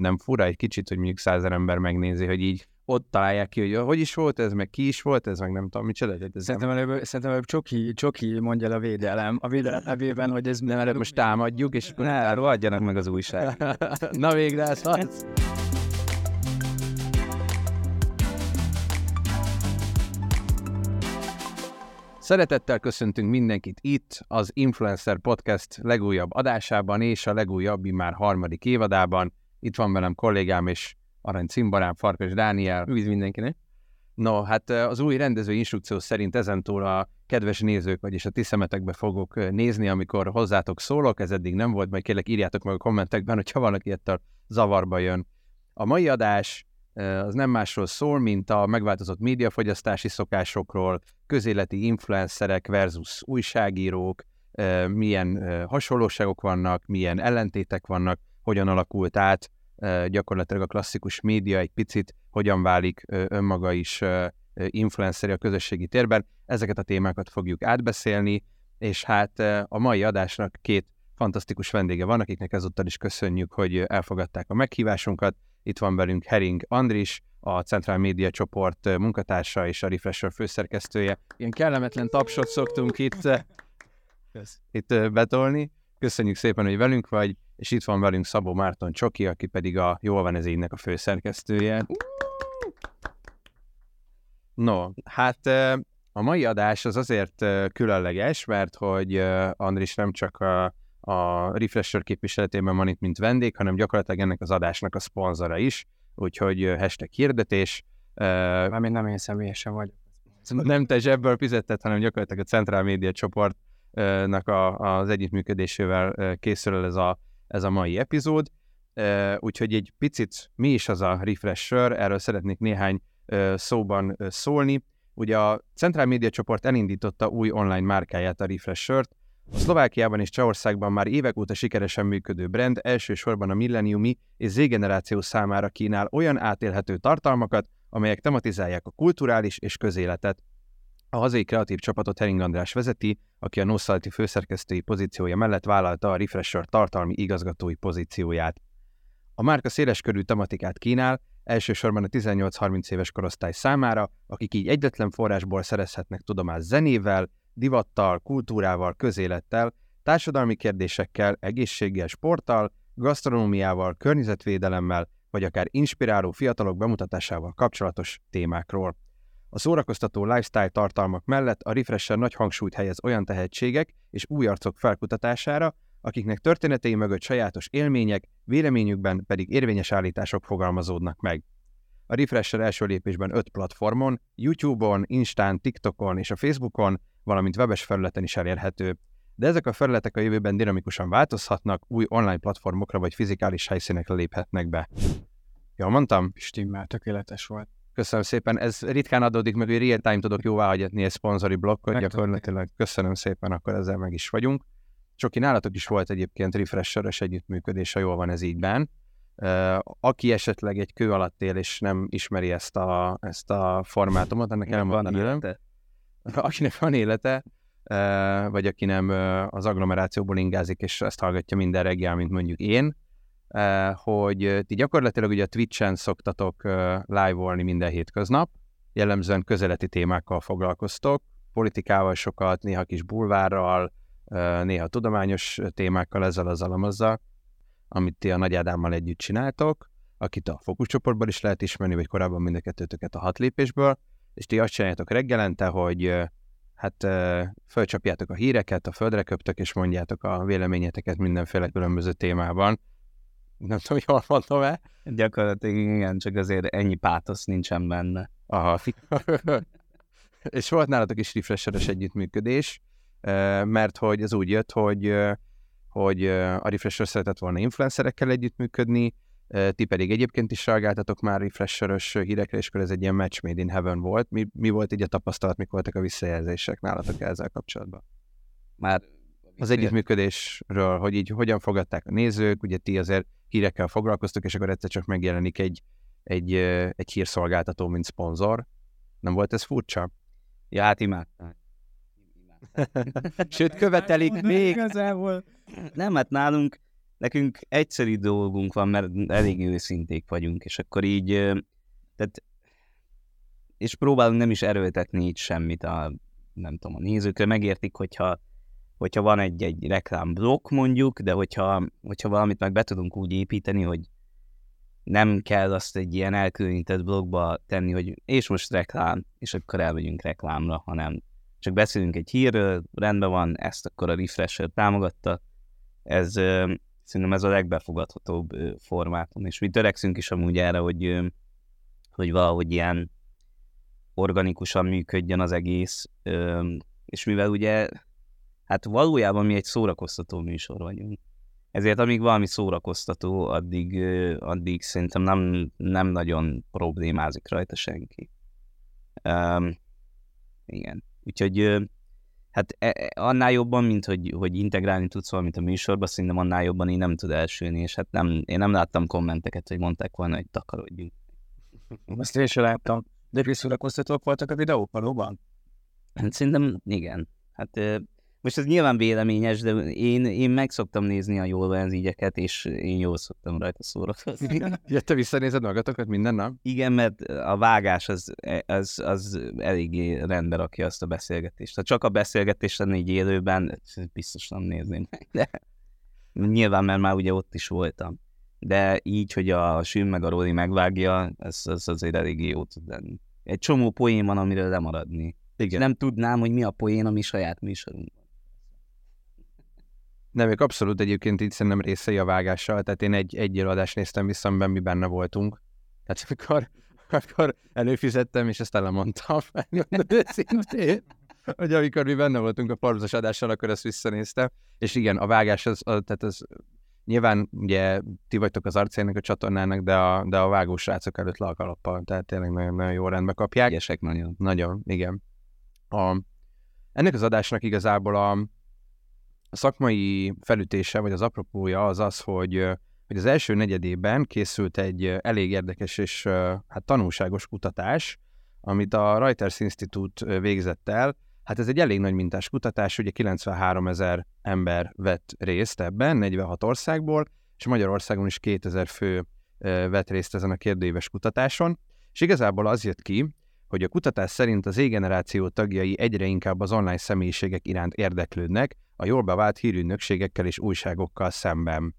nem fura egy kicsit, hogy mondjuk 100 000 ember megnézi, hogy így ott találják ki, hogy is volt ez, meg ki is volt ez, meg nem tudom, micsoda. Szerintem előbb csoki mondja el a védelem nevében, hogy ez... Nem, előbb most támadjuk, és akkor adjanak meg az újság. Na végre ez az. Szeretettel köszöntünk mindenkit itt, az Influencer Podcast legújabb adásában és a legújabb, immár 3. évadában. Itt van velem kollégám és arany cimborám, Farkas Dániel. Üdv mindenkinek! No, hát az új rendezői instrukció szerint ezentúl a kedves nézők, vagyis a ti szemetekbe fogok nézni, amikor hozzátok szólok, ez eddig nem volt, majd kérlek írjátok meg a kommentekben, hogyha valaki ettől zavarba jön. A mai adás az nem másról szól, mint a megváltozott médiafogyasztási szokásokról, közéleti influencerek versus újságírók, milyen hasonlóságok vannak, milyen ellentétek vannak, hogyan alakult át gyakorlatilag a klasszikus média egy picit, hogyan válik önmaga is influenceri a közösségi térben. Ezeket a témákat fogjuk átbeszélni, és hát a mai adásnak 2 fantasztikus vendége van, akiknek ezúttal is köszönjük, hogy elfogadták a meghívásunkat. Itt van velünk Hering Andris, a Centrál Média csoport munkatársa és a Refresher főszerkesztője. Ilyen kellemetlen tapsot szoktunk itt betolni. Köszönjük szépen, hogy velünk vagy, és itt van velünk Szabó Márton Csoki, aki pedig a Jól van ez ígynek a főszerkesztője. No, hát a mai adás az azért különleges, mert hogy Andris nem csak a Refresher képviseletében van itt, mint vendég, hanem gyakorlatilag ennek az adásnak a szponzora is, úgyhogy #hirdetés. Mármint nem én személyesen vagyok. Nem te zsebből fizetted, hanem gyakorlatilag a Centrál Média csoportnak az együttműködésével készül ez a mai epizód. Úgyhogy egy picit mi is az a Refresher, erről szeretnék néhány szóban szólni. Ugye a Centrál Média csoport elindította új online márkáját, a Refreshert. A Szlovákiában és Csehországban már évek óta sikeresen működő brand elsősorban a milleniumi és Z-generáció számára kínál olyan átélhető tartalmakat, amelyek tematizálják a kulturális és közéletet. A hazai kreatív csapatot Hering András vezeti, aki a Nostalty főszerkesztői pozíciója mellett vállalta a Refresher tartalmi igazgatói pozícióját. A márka széleskörű tematikát kínál, elsősorban a 18-30 éves korosztály számára, akik így egyetlen forrásból szerezhetnek tudomást zenével, divattal, kultúrával, közélettel, társadalmi kérdésekkel, egészséggel, sporttal, gasztronómiával, környezetvédelemmel, vagy akár inspiráló fiatalok bemutatásával kapcsolatos témákról. A szórakoztató lifestyle tartalmak mellett a Refresher nagy hangsúlyt helyez olyan tehetségek és új arcok felkutatására, akiknek történetei mögött sajátos élmények, véleményükben pedig érvényes állítások fogalmazódnak meg. A Refresher első lépésben 5 platformon, YouTube-on, Instán, TikTokon és a Facebookon, valamint webes felületen is elérhető. De ezek a felületek a jövőben dinamikusan változhatnak, új online platformokra vagy fizikális helyszínekre léphetnek be. Jól mondtam? Stimmel, tökéletes volt. Köszönöm szépen. Ez ritkán adódik meg, hogy real-time tudok jóváhagyatni egy szponzori blokkot, gyakorlatilag. Köszönöm szépen, akkor ezzel meg is vagyunk. Csoki, nálatok is volt egyébként Refresher-es együttműködés, ha jól van ez ígyben. Aki esetleg egy kő alatt él és nem ismeri ezt a formátumot, ennek elmondani. Akinek van élete, vagy aki nem az agglomerációból ingázik, és ezt hallgatja minden reggel, mint mondjuk én, hogy ti gyakorlatilag ugye a Twitch-en szoktatok live-olni minden hétköznap, jellemzően közeleti témákkal foglalkoztok, politikával sokat, néha kis bulvárral, néha tudományos témákkal, azzal, amit ti a Nagy Ádámmal együtt csináltok, akit a fókuszcsoportban is lehet ismerni, vagy korábban mind a kettőtöket a 6 lépésből, és ti azt csináljátok reggelente, hogy fölcsapjátok a híreket, a földre köptök, és mondjátok a véleményeteket mindenféle különböző témában. Nem tudom, jól mondom-e? Gyakorlatilag igen, csak azért ennyi pátosz nincsen benne. Aha. És volt nálatok is Refresher-es együttműködés, mert hogy ez úgy jött, hogy a Refresher szeretett volna influencerekkel együttműködni, ti pedig egyébként is reagáltatok már Refresher-ös hírekre, és akkor ez egy ilyen match made in heaven volt. Mi volt így a tapasztalat, mik voltak a visszajelzések nálatok ezzel kapcsolatban? Már az együttműködésről, hogy így hogyan fogadták a nézők, ugye ti azért hírekkel foglalkoztok, és akkor egyszer csak megjelenik egy hírszolgáltató, mint szponzor. Nem volt ez furcsa? Ja, hát imádták. Sőt, követelik még. Igazából. Nem, hát nálunk nekünk egyszerű dolgunk van, mert elég őszinték vagyunk, és akkor így, tehát, és próbálunk nem is erőltetni így semmit nem tudom, a nézőkre, megértik, hogyha van egy reklámblokk mondjuk, de hogyha valamit meg be tudunk úgy építeni, hogy nem kell azt egy ilyen elkülönített blokkba tenni, hogy és most reklám, és akkor elmegyünk reklámra, hanem csak beszélünk egy hírről, rendben van, ezt akkor a Refresher támogatta. Szerintem ez a legbefogadhatóbb formátum, és mi törekszünk is amúgy erre, hogy valahogy ilyen organikusan működjön az egész, és mivel ugye, hát valójában mi egy szórakoztató műsor vagyunk. Ezért amíg valami szórakoztató, addig szerintem nem nagyon problémázik rajta senki. Igen. Úgyhogy hát annál jobban, mint hogy integrálni tudsz valamit a műsorba, szerintem annál jobban én nem tud elsülni, és hát én nem láttam kommenteket, hogy mondták volna, hogy takarodjunk. Azt én sem láttam. De szórakoztatók voltak a videók valóban? Hát szerintem igen. Hát most ez nyilván véleményes, de én meg szoktam nézni a Jól ígyeket, és én jól szoktam rajta szórakozni. Ja, te visszanézed magatokat minden nap? Igen, mert a vágás az eléggé rendbe rakja azt a beszélgetést. Ha csak a beszélgetés lenne így élőben, biztos nem nézném meg. De nyilván, mert már ugye ott is voltam. De így, hogy a Süm meg a Róli megvágja, ez azért eléggé jó tud lenni. Egy csomó poén van, amiről lemaradni. Igen. Nem tudnám, hogy mi a poén a mi saját műsorunkban. Nem, ők abszolút egyébként így szerintem részei a vágással, tehát én egy előadást néztem vissza, amiben mi benne voltunk. Tehát amikor előfizettem, és ezt elmondtam, szintén, hogy amikor mi benne voltunk a Forbes-os adással, akkor ezt visszanéztem. És igen, a vágás, tehát az nyilván ugye ti vagytok az arcének a csatornának, de a vágós srácok előtt le a kalappal, tehát tényleg nagyon jó rendbe kapják. Ilyesek nagyon. Nagyon, igen. Ennek az adásnak igazából a szakmai felütése, vagy az apropója az, hogy az első negyedében készült egy elég érdekes és hát tanulságos kutatás, amit a Reuters Institute végzett el. Hát ez egy elég nagy mintás kutatás, ugye 93 000 ember vett részt ebben, 46 országból, és Magyarországon is 2000 fő vett részt ezen a kérdőíves kutatáson, és igazából az jött ki, hogy a kutatás szerint az Z-generáció tagjai egyre inkább az online személyiségek iránt érdeklődnek, a jól bevált hírügynökségekkel és újságokkal szemben.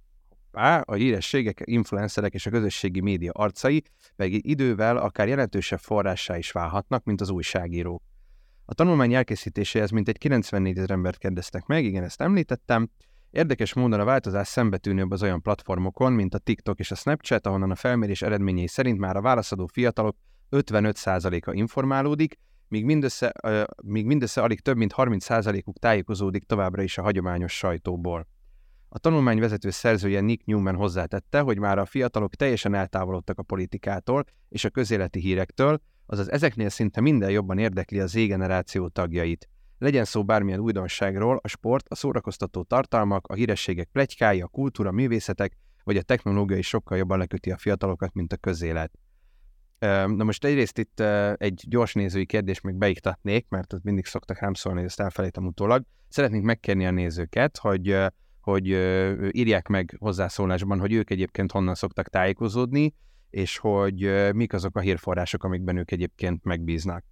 A hírességek, influencerek és a közösségi média arcai pedig idővel akár jelentősebb forrássá is válhatnak, mint az újságírók. A tanulmány elkészítéséhez mintegy 94 000 embert kérdeztek meg, igen, ezt említettem. Érdekes módon a változás szembetűnőbb az olyan platformokon, mint a TikTok és a Snapchat, ahonnan a felmérés eredményei szerint már a válaszadó fiatalok 55%-a informálódik, míg mindössze alig több mint 30%-uk tájékozódik továbbra is a hagyományos sajtóból. A tanulmány vezető szerzője Nick Newman hozzátette, hogy már a fiatalok teljesen eltávolodtak a politikától és a közéleti hírektől, azaz ezeknél szinte minden jobban érdekli a Z-generáció tagjait. Legyen szó bármilyen újdonságról, a sport, a szórakoztató tartalmak, a hírességek pletykái, a kultúra, művészetek, vagy a technológia is sokkal jobban leköti a fiatalokat, mint a közélet. Na most egyrészt itt egy gyors nézői kérdést még beiktatnék, mert ott mindig szoktak rám szólni, hogy ezt elfelejtem utólag. Szeretnénk megkérni a nézőket, hogy írják meg hozzászólásban, hogy ők egyébként honnan szoktak tájékozódni, és hogy mik azok a hírforrások, amikben ők egyébként megbíznak.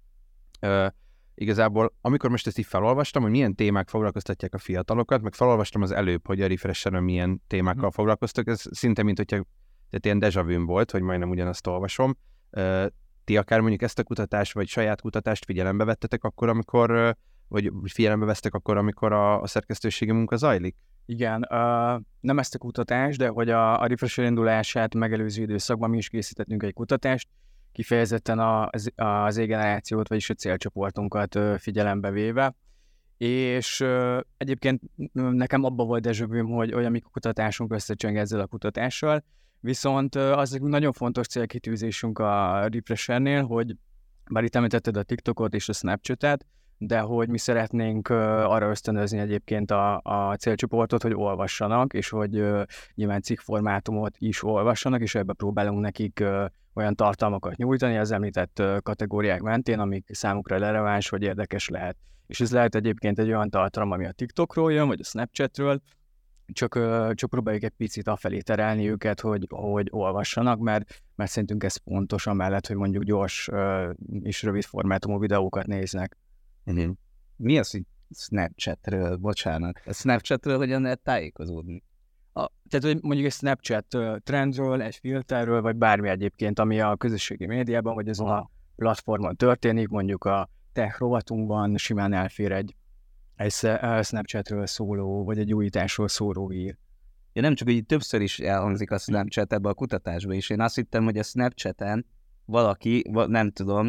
Igazából, amikor most ezt így felolvastam, hogy milyen témák foglalkoztatják a fiatalokat, meg felolvastam az előbb, hogy a Refresheren milyen témákkal foglalkoztak, ez szinte mint hogyha tehát ilyen déjà vu volt, hogy majdnem ugyanazt olvasom. Ti akár mondjuk ezt a kutatást, vagy saját kutatást figyelembe vettetek akkor, amikor, vagy figyelembe vesztek akkor, amikor a szerkesztőségi munka zajlik? Igen, nem ezt a kutatást, de hogy a Refresher indulását megelőző időszakban mi is készítettünk egy kutatást, kifejezetten az Z-generációt, vagyis a célcsoportunkat figyelembe véve. És egyébként nekem abban volt déjà vu, hogy olyan mikor kutatásunk összecseng ezzel a kutatással, viszont az egy nagyon fontos célkitűzésünk a Refreshernél, hogy bár itt említetted a TikTokot és a Snapchatet, de hogy mi szeretnénk arra ösztönözni egyébként a célcsoportot, hogy olvassanak, és hogy nyilván cikkformátumot is olvassanak, és ebbe próbálunk nekik olyan tartalmakat nyújtani az említett kategóriák mentén, amik számukra releváns vagy érdekes lehet. És ez lehet egyébként egy olyan tartalom, ami a TikTokról jön, vagy a Snapchatről, csak próbáljuk egy picit afelé terelni őket, hogy olvassanak, mert szerintünk ez fontos amellett, hogy mondjuk gyors és rövid formátumú videókat néznek. Mi az, hogy Snapchatről, bocsánat, a Snapchatről hogyan lehet tájékozódni? Tehát, hogy mondjuk egy Snapchat trendről, egy filterről, vagy bármi egyébként, ami a közösségi médiában, vagy azon a platformon történik, mondjuk a tech rovatunkban simán elfér egy Snapchatről szóló, vagy egy újításról szóló hír. Ja, nem csak, hogy többször is elhangzik a Snapchat ebbe a kutatásba, és én azt hittem, hogy a Snapchaten valaki, nem tudom,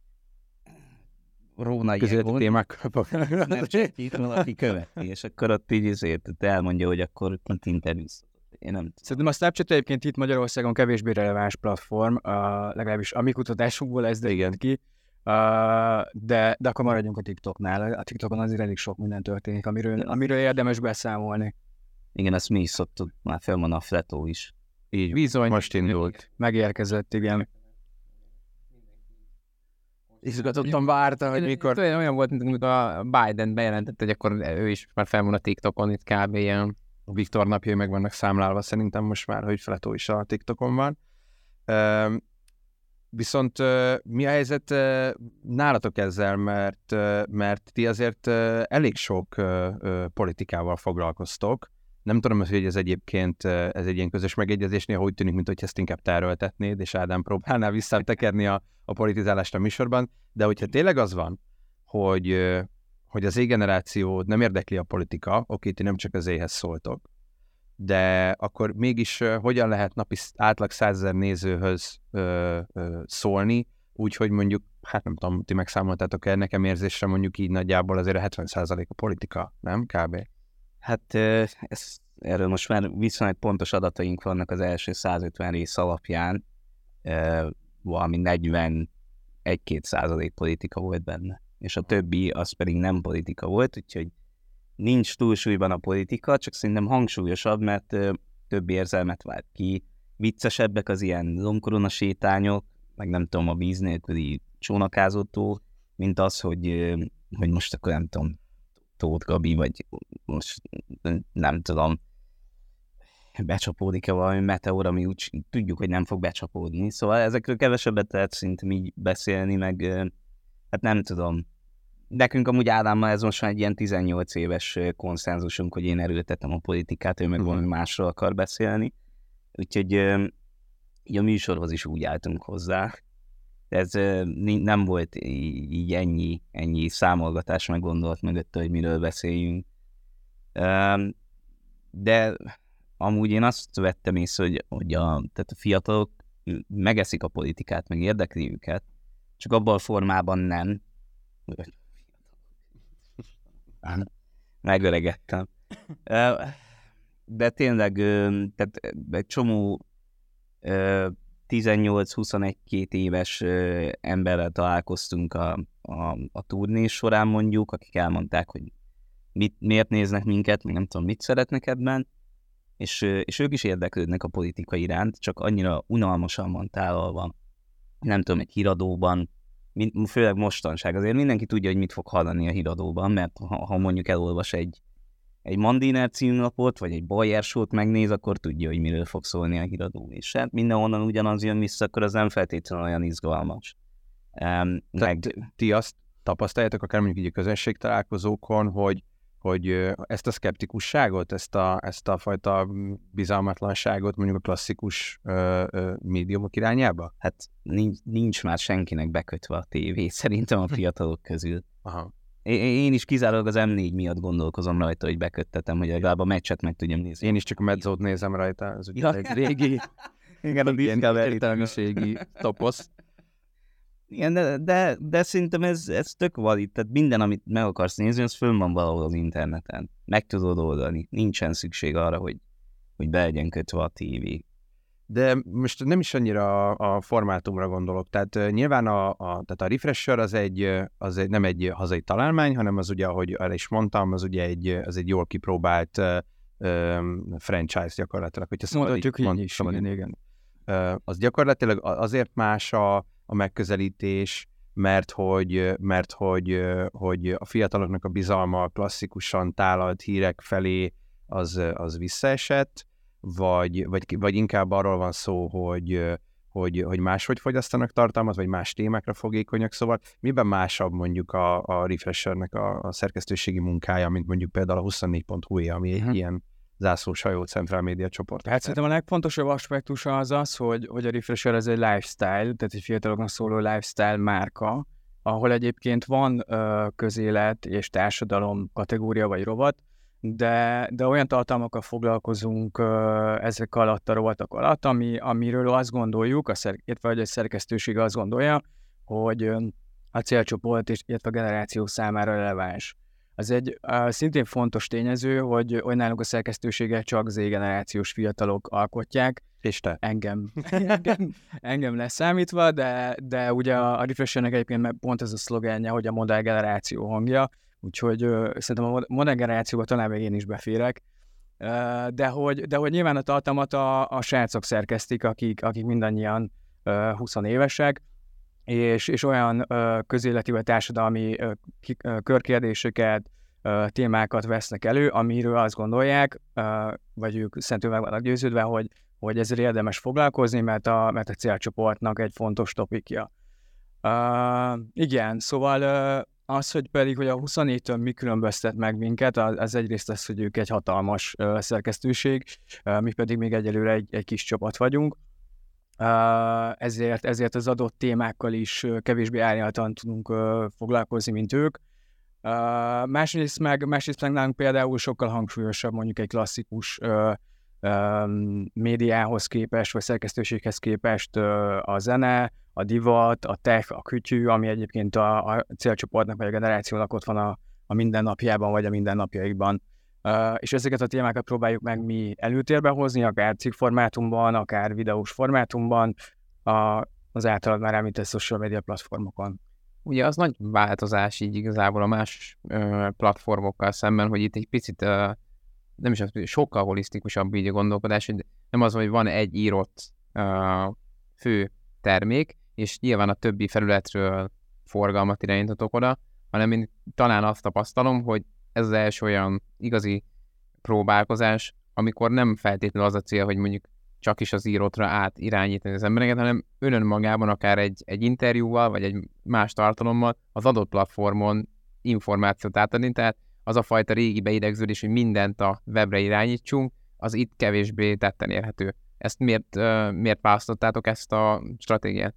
Róna közéleti témák. Snapchatit valaki követi, és akkor ott így azért elmondja, hogy akkor kint interjúztatott. Én nem tudom. Szerintem a Snapchat egyébként itt Magyarországon kevésbé releváns platform, legalábbis a mi kutatásunkból ez derült ki, de akkor maradjunk a TikToknál. A TikTokon azért elég sok minden történik, amiről érdemes beszámolni. Igen, ezt mi is szoktuk, már fel van a Fletó is. Így, bizony. Most indult. Megérkezett, igen. Izgatottan várta, hogy mikor... Olyan volt, mint amikor a Biden bejelentett, hogy akkor ő is már fel van a TikTokon, itt kb. Ilyen. A Viktor napjai meg vannak számlálva szerintem most már, hogy Fletó is a TikTokon van. Viszont mi a helyzet nálatok ezzel, mert ti azért elég sok politikával foglalkoztok. Nem tudom, hogy ez egyébként ez egy ilyen közös megegyezésnél, hogy tűnik, mint hogy ezt inkább te erőltetnéd, és Ádám próbálná visszatekerni a politizálást a műsorban, de hogyha tényleg az van, hogy az Z-generáció nem érdekli a politika, oké, ti nem csak az Z-hez szóltok, de akkor mégis hogyan lehet napi átlag 100 000 nézőhöz szólni, úgyhogy mondjuk, hát nem tudom, ti megszámoltátok-e, nekem érzésre mondjuk így nagyjából azért a 70% a politika, nem? Kb. Hát erről most már viszonylag pontos adataink vannak az első 150 rész alapján, valami 41-2% politika volt benne, és a többi az pedig nem politika volt, úgyhogy nincs túlsúlyban a politika, csak szerintem hangsúlyosabb, mert több érzelmet vált ki, viccesebbek az ilyen lombkorona sétányok, meg nem tudom, a víz nélküli csónakázótó, mint az, hogy most akkor nem tudom, Tóth Gabi, vagy most nem tudom, becsapódik-e valami meteor, ami úgy tudjuk, hogy nem fog becsapódni. Szóval ezekről kevesebbet lehet szerintem így beszélni, meg hát nem tudom. Nekünk amúgy Ádámmal ez most már egy ilyen 18 éves konszenzusunk, hogy én erőltetem a politikát, ő meg valami másról akar beszélni. Úgyhogy így a műsorhoz is úgy álltunk hozzá. Ez nem volt így ennyi számolgatás meg gondolat mögött, hogy miről beszéljünk. De amúgy én azt vettem észre, hogy tehát a fiatalok megeszik a politikát, meg érdekli őket, csak abban a formában nem. Megöregettem. De tényleg, tehát egy csomó 18-21-2 éves emberrel találkoztunk a turnés során mondjuk, akik elmondták, hogy miért néznek minket, meg nem tudom, mit szeretnek ebben, és ők is érdeklődnek a politika iránt, csak annyira unalmasan van tálalva, nem tudom, egy híradóban, főleg mostanság. Azért mindenki tudja, hogy mit fog hallani a híradóban, mert ha mondjuk elolvas egy Mandiner címlapot, vagy egy Bayer Show-t megnéz, akkor tudja, hogy miről fog szólni a híradó. És hát mindenhonnan ugyanaz jön vissza, akkor az nem feltétlenül olyan izgalmas. Ti azt tapasztaljátok akár mondjuk így a közönségtalálkozókon, hogy ezt a szkeptikusságot, ezt a fajta bizalmatlanságot mondjuk a klasszikus médiumok irányába? Hát nincs már senkinek bekötve a tévé, szerintem a fiatalok közül. Aha. Én is kizárólag az M4 miatt gondolkozom rajta, hogy beköttetem, hogy legalább a meccset meg tudjam nézni. Én is csak a Medzót nézem rajta, az ugye egy régi, igen, a ilyen értelmiségi toposz. Igen, de szerintem ez tök valid, tehát minden, amit meg akarsz nézni, az fönn van valahol az interneten. Meg tudod oldani, nincsen szükség arra, hogy be legyen kötve a tévé. De most nem is annyira a formátumra gondolok, tehát nyilván tehát a Refresher az nem egy hazai találmány, hanem az ugye, ahogy el is mondtam, az ugye egy jól kipróbált franchise gyakorlatilag. Hogyha mondhatjuk így is, igen. Az gyakorlatilag azért más a megközelítés, mert hogy a fiataloknak a bizalma klasszikusan tálalt hírek felé az visszaesett, vagy inkább arról van szó, hogy máshogy fogyasztanak tartalmat, vagy más témákra fogékonyak, szóval miben másabb mondjuk a Refreshernek a szerkesztőségi munkája, mint mondjuk például a 24.hu, ami egy ilyen zászlós hajó Central Media csoport. Hát szerintem a legfontosabb aspektusa az, hogy a Refresher ez egy lifestyle, tehát egy fiataloknak szóló lifestyle márka, ahol egyébként van közélet és társadalom kategória vagy rovat, de olyan tartalmakkal foglalkozunk ezek alatt a rovatok alatt, amiről azt gondoljuk, illetve a szerkesztőség azt gondolja, hogy a célcsoport illetve a generáció számára releváns. Az egy szintén fontos tényező, hogy nálunk a szerkesztőséget csak Z-generációs fiatalok alkotják. És te? Engem leszámítva, de ugye a Refreshernek egyébként pont ez a szlogenje, hogy a modern generáció hangja, úgyhogy szerintem a modern generációban talán még én is beférek, de hogy nyilván a tartalmat a srácok szerkesztik, akik mindannyian 20 évesek, és olyan közéleti vagy társadalmi körkérdéseket, témákat vesznek elő, amiről azt gondolják, vagy ők szentül meg vannak győződve, hogy ezzel érdemes foglalkozni, mert a célcsoportnak egy fontos topikja. Igen, szóval az, hogy pedig, hogy a 24-től mi különböztet meg minket, az egyrészt az, hogy ők egy hatalmas szerkesztőség, mi pedig még egyelőre egy kis csapat vagyunk. Ezért az adott témákkal is kevésbé árnyaltan tudunk foglalkozni, mint ők. Másrészt meg nálunk például sokkal hangsúlyosabb mondjuk egy klasszikus médiához képest, vagy szerkesztőséghez képest a zene, a divat, a tech, a kütyű, ami egyébként a célcsoportnak vagy a generációnak ott van a mindennapjában, vagy a mindennapjaikban. És ezeket a témákat próbáljuk meg mi előtérbe hozni, akár cikkformátumban, akár videós formátumban, az általad már említett social media platformokon. Ugye az nagy változás így igazából a más platformokkal szemben, hogy itt egy picit nem is az, sokkal holisztikusabb így a gondolkodás, hogy nem az, hogy van egy írott fő termék, és nyilván a többi felületről forgalmat irányítatok oda, hanem én talán azt tapasztalom, hogy ez az első olyan igazi próbálkozás, amikor nem feltétlenül az a cél, hogy mondjuk csak is az írottra átirányítani az embereket, hanem önmagában akár egy interjúval, vagy egy más tartalommal az adott platformon információt átadni, tehát az a fajta régi beidegződés, hogy mindent a webre irányítsunk, az itt kevésbé tetten érhető. Ezt miért választottátok ezt a stratégiát?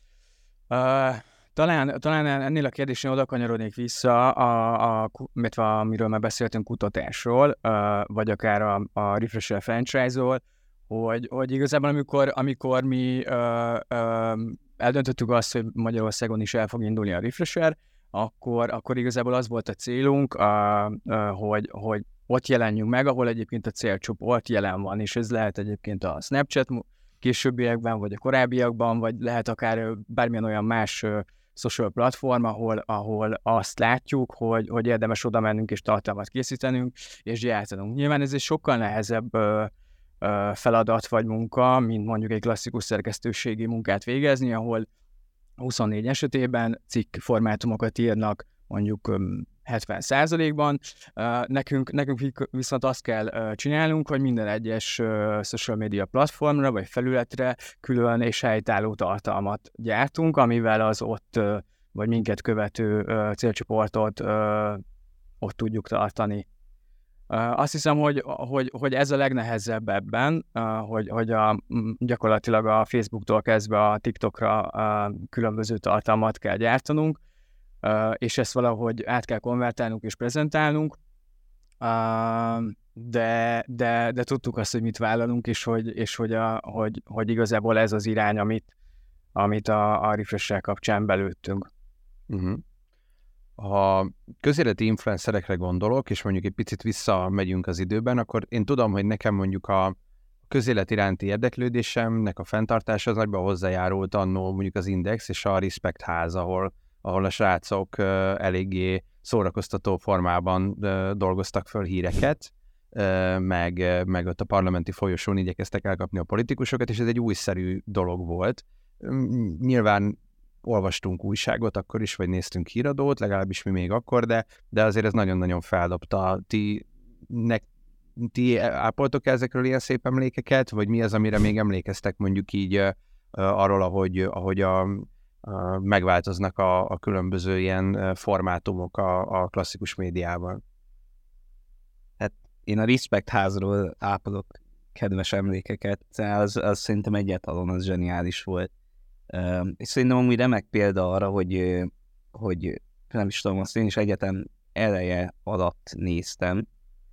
Talán ennél a kérdésnél oda kanyarodnék vissza, amiről már beszéltünk, kutatásról, vagy akár a Refresher franchise-ról, hogy igazából amikor mi eldöntöttük azt, hogy Magyarországon is el fog indulni a Refresher, akkor igazából az volt a célunk, hogy ott jelenjünk meg, ahol egyébként a célcsoport jelen van, és ez lehet egyébként a Snapchat későbbiekben, vagy a korábbiakban, vagy lehet akár bármilyen olyan más social platform, ahol azt látjuk, hogy érdemes oda mennünk és tartalmat készítenünk, és gyártanunk. Nyilván ez egy sokkal nehezebb feladat vagy munka, mint mondjuk egy klasszikus szerkesztőségi munkát végezni, ahol 24 esetében cikk formátumokat írnak mondjuk 70%-ban. Nekünk viszont azt kell csinálnunk, hogy minden egyes social media platformra vagy felületre külön és helytálló tartalmat gyártunk, amivel az ott vagy minket követő célcsoportot ott tudjuk tartani. Azt hiszem, hogy ez a legnehezebb ebben, hogy gyakorlatilag a Facebooktól kezdve a TikTokra különböző tartalmat kell gyártanunk, és ezt valahogy át kell konvertálnunk és prezentálnunk, de tudtuk azt, hogy mit vállalunk, és hogy igazából ez az irány, amit a Refresher kapcsán belőttünk. Uh-huh. Ha közéleti influencerekre gondolok, és mondjuk egy picit visszamegyünk az időben, akkor én tudom, hogy nekem mondjuk a közélet iránti érdeklődésemnek a fenntartása az nagyban hozzájárult annó mondjuk az Index és a Respect ház, ahol a srácok eléggé szórakoztató formában dolgoztak föl híreket, meg ott a parlamenti folyosón igyekeztek elkapni a politikusokat, és ez egy újszerű dolog volt. Nyilván olvastunk újságot akkor is, vagy néztünk híradót, legalábbis mi még akkor, de azért ez nagyon-nagyon feldobta. ti ápoltok ezekről ilyen szép emlékeket, vagy mi az, amire még emlékeztek mondjuk így arról, ahogy megváltoznak a különböző ilyen formátumok a klasszikus médiában? Hát én a Respect házról ápolok kedves emlékeket, az szerintem egyáltalán az zseniális volt. És szerintem amúgy remek példa arra, hogy nem is tudom, azt én is egyetem eleje alatt néztem.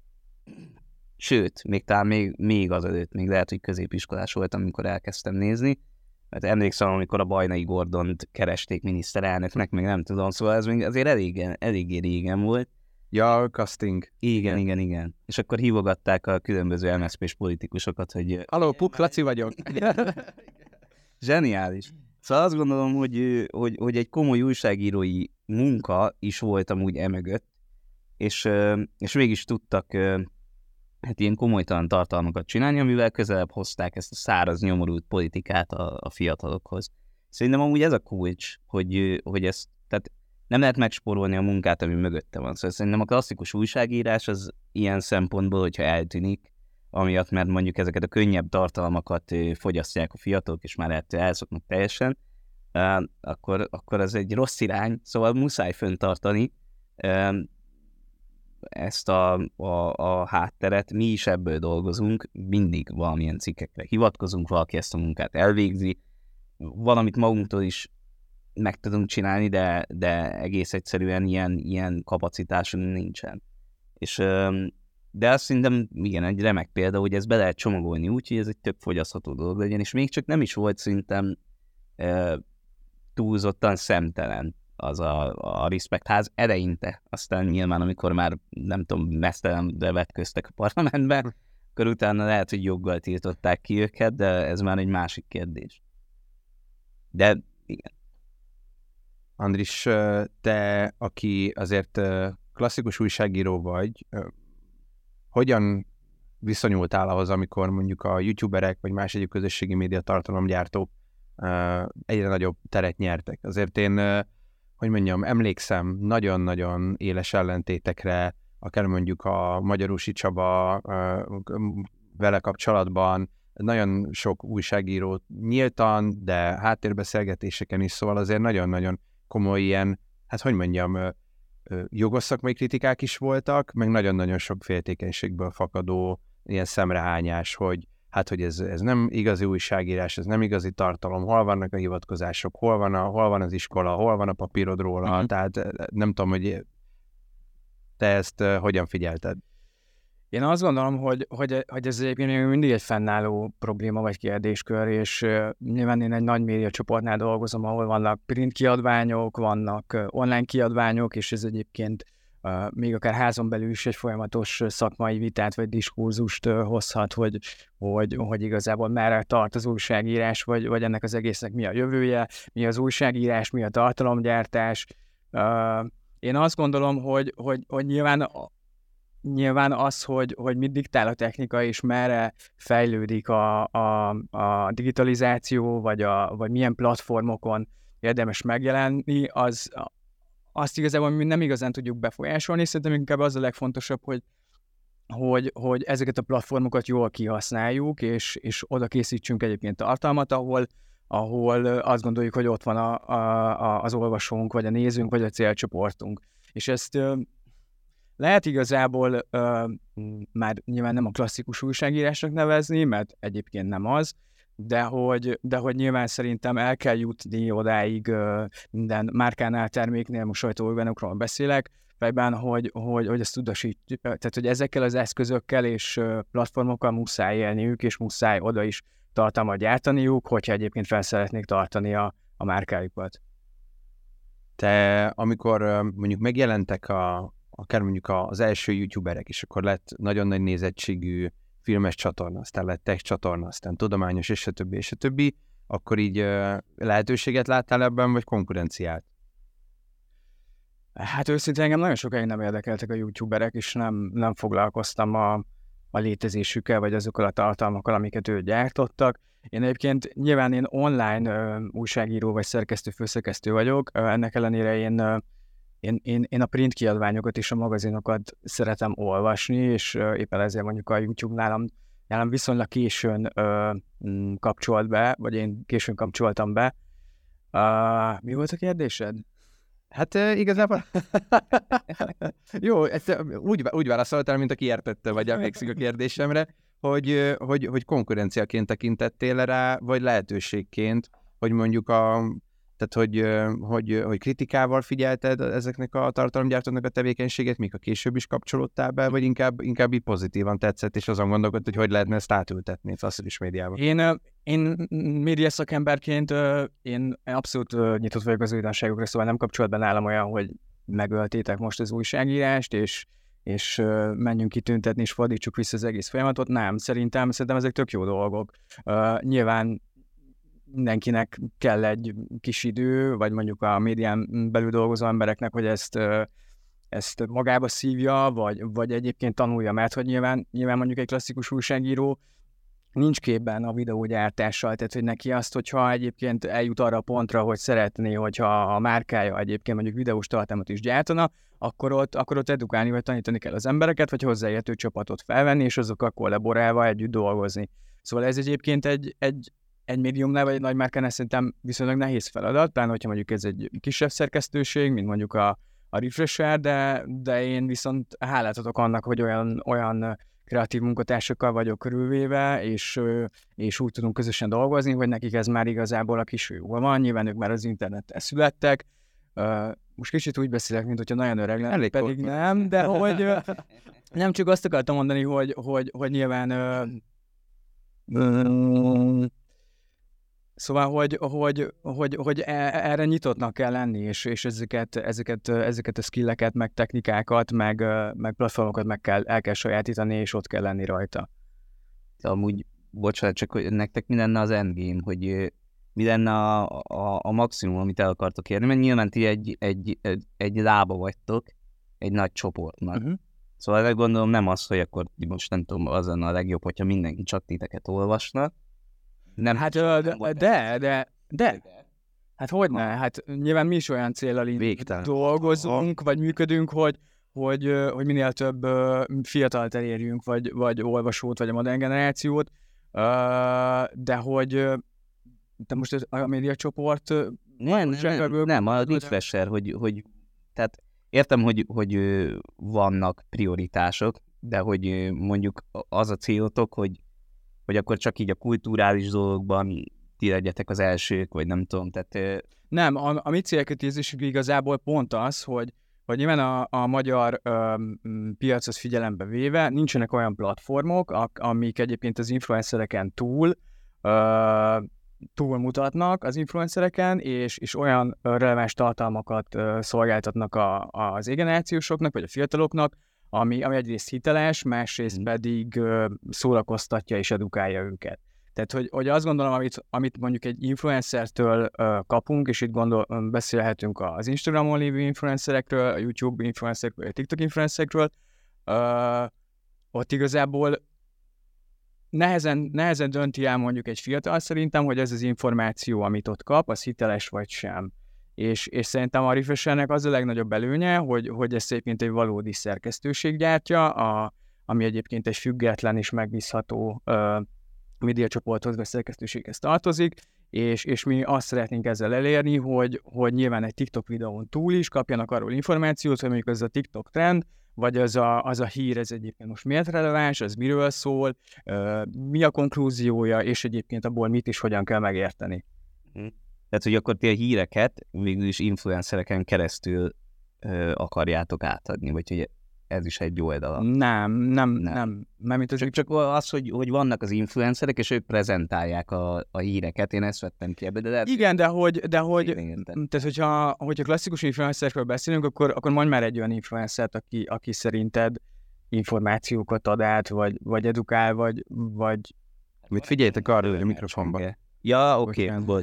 Sőt, még talán még azelőtt, még lehet, hogy középiskolás voltam, amikor elkezdtem nézni. Mert emlékszem, amikor a Bajnai Gordont keresték miniszterelnöknek, meg nem tudom, szóval ez még azért eléggé régen volt. Ja, casting. Igen. És akkor hívogatták a különböző MSZP-s politikusokat, hogy... Halló, Puk, Laci vagyok. Zseniális. Szóval azt gondolom, hogy egy komoly újságírói munka is volt amúgy emögött, és mégis tudtak hát ilyen komolytalan tartalmakat csinálni, amivel közelebb hozták ezt a száraz, nyomorult politikát a fiatalokhoz. Szerintem amúgy ez a kulcs, hogy ezt, tehát nem lehet megspórolni a munkát, ami mögötte van. Szóval szerintem a klasszikus újságírás az ilyen szempontból, hogyha eltűnik, amiatt, mert mondjuk ezeket a könnyebb tartalmakat fogyasztják a fiatalok, és már ettől elszoknak teljesen, akkor ez egy rossz irány, szóval muszáj fenntartani ezt a hátteret. Mi is ebből dolgozunk, mindig valamilyen cikkekre hivatkozunk, valaki ezt a munkát elvégzi, valamit magunktól is meg tudunk csinálni, de egész egyszerűen ilyen kapacitásunk nincsen. De azt szerintem, igen, egy remek példa, hogy ezt be lehet csomagolni úgy, hogy ez egy tök fogyasztható dolog legyen, és még csak nem is volt szerintem túlzottan szemtelen az a Respect ház eleinte. Aztán nyilván, amikor már, nem tudom, mesztelenre vetköztek a parlamentben, akkor utána lehet, hogy joggal tiltották ki őket, de ez már egy másik kérdés. De igen. Andris, te, aki azért klasszikus újságíró vagy, hogyan viszonyultál ahhoz, amikor mondjuk a youtuberek vagy más egyéb közösségi média tartalomgyártók egyre nagyobb teret nyertek? Azért én, hogy mondjam, emlékszem nagyon-nagyon éles ellentétekre, akár mondjuk a Magyarusi Csaba vele kapcsolatban, nagyon sok újságíró nyíltan, de háttérbeszélgetéseken is, szóval azért nagyon-nagyon komoly ilyen, hát hogy mondjam, jogos szakmai kritikák is voltak, meg nagyon-nagyon sok féltékenységből fakadó ilyen szemrehányás, hogy ez nem igazi újságírás, ez nem igazi tartalom, hol vannak a hivatkozások, hol van az iskola, hol van a papírod róla, tehát nem tudom, hogy te ezt hogyan figyelted? Én azt gondolom, hogy ez egyébként még mindig egy fennálló probléma vagy kérdéskör, és nyilván én egy nagy média csoportnál dolgozom, ahol vannak print kiadványok, vannak online kiadványok, és ez egyébként még akár házon belül is egy folyamatos szakmai vitát vagy diskurzust hozhat, hogy igazából merre tart az újságírás, vagy ennek az egésznek mi a jövője, mi az újságírás, mi a tartalomgyártás. Én azt gondolom, hogy nyilván az, hogy mit diktál a technika, és merre fejlődik a digitalizáció, vagy milyen platformokon érdemes megjelenni, azt igazából mi nem igazán tudjuk befolyásolni, szerintem inkább az a legfontosabb, hogy ezeket a platformokat jól kihasználjuk, és oda készítsünk egyébként tartalmat, ahol azt gondoljuk, hogy ott van az olvasónk, vagy a nézőnk, vagy a célcsoportunk. És ezt lehet igazából már nyilván nem a klasszikus újságírásnak nevezni, mert egyébként nem az, de hogy nyilván szerintem el kell jutni odáig minden márkánál, terméknél, most sajtóorgánokról beszélek, fejben, hogy ezt tudasítjuk, tehát hogy ezekkel az eszközökkel és platformokkal muszáj élniük, és muszáj oda is tartalmat gyártaniuk, hogyha egyébként fel szeretnék tartani a márkájukat. Te, amikor mondjuk megjelentek akár mondjuk az első youtuberek, és akkor lett nagyon nagy nézettségű filmes csatorna, aztán lett tech csatorna, aztán tudományos, és a többi, akkor így lehetőséget láttál ebben, vagy konkurenciát? Hát őszintén engem nagyon sokáig nem érdekeltek a youtuberek, és nem foglalkoztam a létezésükkel, vagy azokkal a tartalmakkal, amiket ők gyártottak. Én egyébként nyilván én online újságíró vagy szerkesztő, főszerkesztő vagyok, ennek ellenére én én a print kiadványokat és a magazinokat szeretem olvasni, és éppen ezért mondjuk a YouTube nálam viszonylag későn kapcsolt be, vagy én későn kapcsoltam be. Mi volt a kérdésed? Hát igazából jó, úgy válaszoltál, mint aki értette, vagy emlékszik a kérdésemre, hogy konkurenciaként tekintettél rá, vagy lehetőségként, hogy mondjuk tehát hogy kritikával figyelted ezeknek a tartalomgyártóknak a tevékenységét, míg a később is kapcsolódtál be, vagy inkább így pozitívan tetszett, és azon gondolkodtad, hogy lehetne ezt átültetni a klasszikus médiában. Én média szakemberként én abszolút nyitott vagyok az újdonságokra, szóval nem kapcsolt be nálam olyan, hogy megöltétek most az újságírást, és menjünk kitüntetni, és fordítsuk vissza az egész folyamatot. Nem, szerintem ezek tök jó dolgok. Nyilván mindenkinek kell egy kis idő, vagy mondjuk a médián belül dolgozó embereknek, hogy ezt magába szívja, vagy egyébként tanulja, mert hogy nyilván mondjuk egy klasszikus újságíró nincs képben a videógyártással, tehát hogy neki azt, hogyha egyébként eljut arra a pontra, hogy szeretné, hogyha a márkája egyébként mondjuk videós tartalmat is gyártana, akkor ott edukálni vagy tanítani kell az embereket, vagy hozzáértő csapatot felvenni, és azokkal kollaborálva együtt dolgozni. Szóval ez egyébként egy médiumnál vagy egy nagy márkánál szerintem viszonylag nehéz feladat, pláne hogyha mondjuk ez egy kisebb szerkesztőség, mint mondjuk a Refresher, de én viszont hálát adok annak, hogy olyan kreatív munkatársakkal vagyok körülvéve, és úgy tudunk közösen dolgozni, hogy nekik ez már igazából a kis jól van, nyilván ők már az internettel születtek. Most kicsit úgy beszélek, mint hogyha nagyon öreg lenne, pedig nem, de hogy nem csak azt akartam mondani, hogy nyilván szóval, hogy erre nyitottnak kell lenni, és ezeket a skilleket, meg technikákat, meg platformokat el kell sajátítani, és ott kell lenni rajta. Amúgy, bocsánat, csak hogy nektek mi lenne az endgame, hogy mi lenne a maximum, amit el akartok érni, mert nyilván ti egy lába vagytok egy nagy csoportnak. Uh-huh. Szóval erre gondolom nem az, hogy akkor most nem tudom, az lenne a legjobb, hogyha mindenki csak titeket olvasna. Nem, hát de. Hát hogyne? Hát nyilván mi is olyan céllal dolgozunk, vagy működünk, hogy minél több fiatalt elérjünk, vagy olvasót, vagy a modern generációt, de most a médiacsoport... Nem, a Refresher, hogy tehát értem, hogy vannak prioritások, de hogy mondjuk az a célotok, hogy akkor csak így a kulturális dolgokban ti legyetek az elsők, vagy nem tudom, tehát... Nem, a mi célkötőzésünk igazából pont az, hogy nyilván a magyar piacot figyelembe véve nincsenek olyan platformok, amik egyébként az influencereken túlmutatnak az influencereken, és olyan releváns tartalmakat szolgáltatnak az generációsoknak, vagy a fiataloknak, ami egyrészt hiteles, másrészt pedig szórakoztatja és edukálja őket. Tehát, hogy azt gondolom, amit mondjuk egy influencertől kapunk, és itt beszélhetünk az Instagramon lévő influencerekről, a YouTube influencerekről, a TikTok influencerekről, ott igazából nehezen dönti el mondjuk egy fiatal szerintem, hogy ez az információ, amit ott kap, az hiteles vagy sem. És szerintem a Refreshernek az a legnagyobb előnye, hogy ezt egyébként egy valódi szerkesztőség gyártja, ami egyébként egy független és megbízható médiacsoporthoz vagy szerkesztőséghez tartozik, és mi azt szeretnénk ezzel elérni, hogy nyilván egy TikTok videón túl is kapjanak arról információt, hogy mondjuk az a TikTok trend, vagy az a hír, ez egyébként most miért releváns, az miről szól, mi a konklúziója, és egyébként abból mit is hogyan kell megérteni. Tehát, hogy akkor ti a híreket végül is influencereken keresztül akarjátok átadni, vagy hogy ez is egy jó oldala. Nem. Csak az, hogy vannak az influencerek, és ők prezentálják a híreket, én ezt vettem ki ebbe, de lehet... Igen, de hogy tehát, hogyha klasszikus influencerekről beszélünk, akkor mondj már egy olyan influencert, aki szerinted információkat ad át, vagy edukál, vagy... Mit figyeljetek arra, hogy a mikrofonban. Ja, oké, bocs.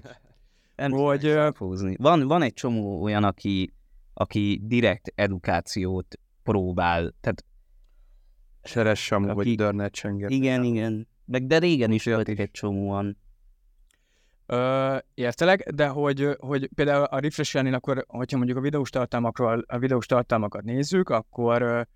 Van egy csomó olyan, aki direkt edukációt próbál, tehát... Seres Samu, vagy Dörnet Csenger. Igen. De régen is voltak egy csomóan. Értelek, de hogy például a Refresh-nél akkor, hogyha mondjuk a videós tartalmakat nézzük, akkor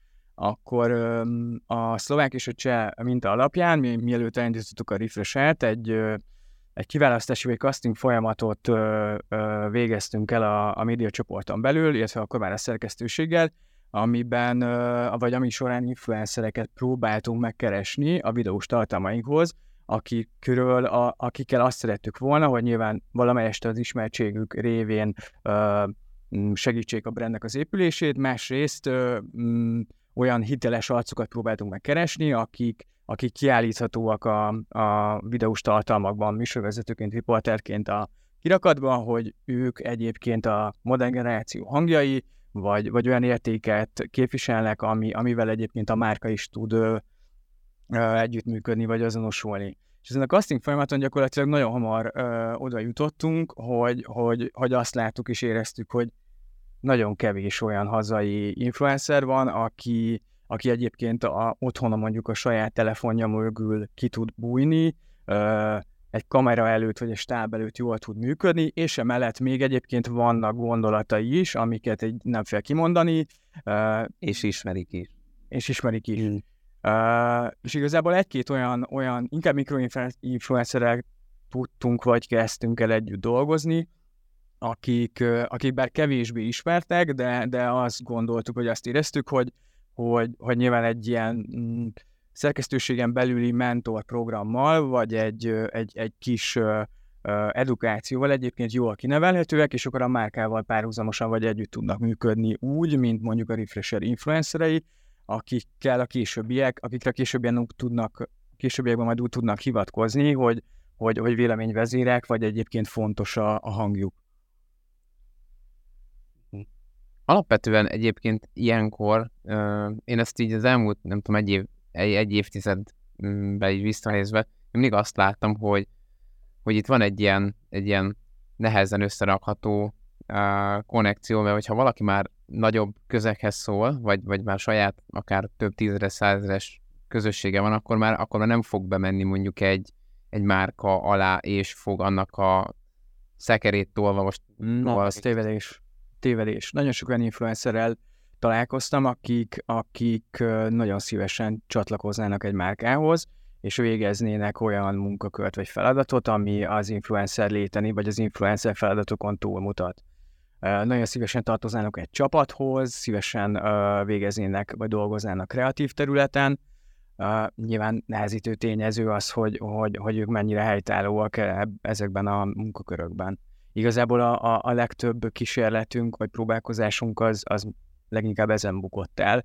a szlovák és a cseh minta alapján, mielőtt elindítottuk a Refresh-et, egy kiválasztási vagy casting folyamatot végeztünk el a médiacsoporton belül, illetve akkor már a szerkesztőséggel, amiben, vagy ami során influencereket próbáltunk megkeresni a videós tartalmainkhoz, akikkel azt szerettük volna, hogy nyilván valamelyest az ismertségük révén segítsék a brandnek az épülését, másrészt olyan hiteles arcokat próbáltunk megkeresni, akik kiállíthatóak a videós tartalmakban, műsorvezetőként, riporterként a kirakatban, hogy ők egyébként a modern generáció hangjai, vagy olyan értéket képviselnek, amivel egyébként a márka is tud együttműködni, vagy azonosulni. És ezen a casting folyamaton gyakorlatilag nagyon hamar oda jutottunk, hogy azt láttuk és éreztük, hogy nagyon kevés olyan hazai influencer van, aki egyébként otthon mondjuk a saját telefonja mögül ki tud bújni, egy kamera előtt vagy egy stáb előtt jól tud működni, és emellett még egyébként vannak gondolatai is, amiket nem fél kimondani. És ismerik is. És igazából egy-két olyan inkább mikroinfluencerrel tudtunk vagy kezdtünk el együtt dolgozni, akik bár kevésbé ismertek, de azt gondoltuk, vagy azt éreztük, hogy nyilván egy ilyen szerkesztőségen belüli mentorprogrammal, vagy egy kis edukációval egyébként jól kinevelhetőek, és akkor a márkával párhuzamosan vagy együtt tudnak működni úgy, mint mondjuk a Refresher influencerei, akikre későbbiekben majd úgy tudnak hivatkozni, hogy véleményvezérek, vagy egyébként fontos a hangjuk. Alapvetően egyébként ilyenkor, én ezt így az elmúlt, nem tudom, egy évtizedben így visszanézve, én mindig azt láttam, hogy itt van egy ilyen nehezen összerakható konnekció, mert hogyha valaki már nagyobb közeghez szól, vagy már saját akár több tízezer, százezeres közössége van, akkor már nem fog bemenni mondjuk egy márka alá, és fog annak a szekerét tolva most... Az tévedés. Nagyon sok olyan influencerrel találkoztam, akik nagyon szívesen csatlakoznának egy márkához, és végeznének olyan munkakört vagy feladatot, ami az influencer léteni, vagy az influencer feladatokon túlmutat. Nagyon szívesen tartoznának egy csapathoz, szívesen végeznének, vagy dolgoznának kreatív területen. Nyilván nehezítő tényező az, hogy ők mennyire helytállóak ezekben a munkakörökben. Igazából a legtöbb kísérletünk, vagy próbálkozásunk az leginkább ezen bukott el.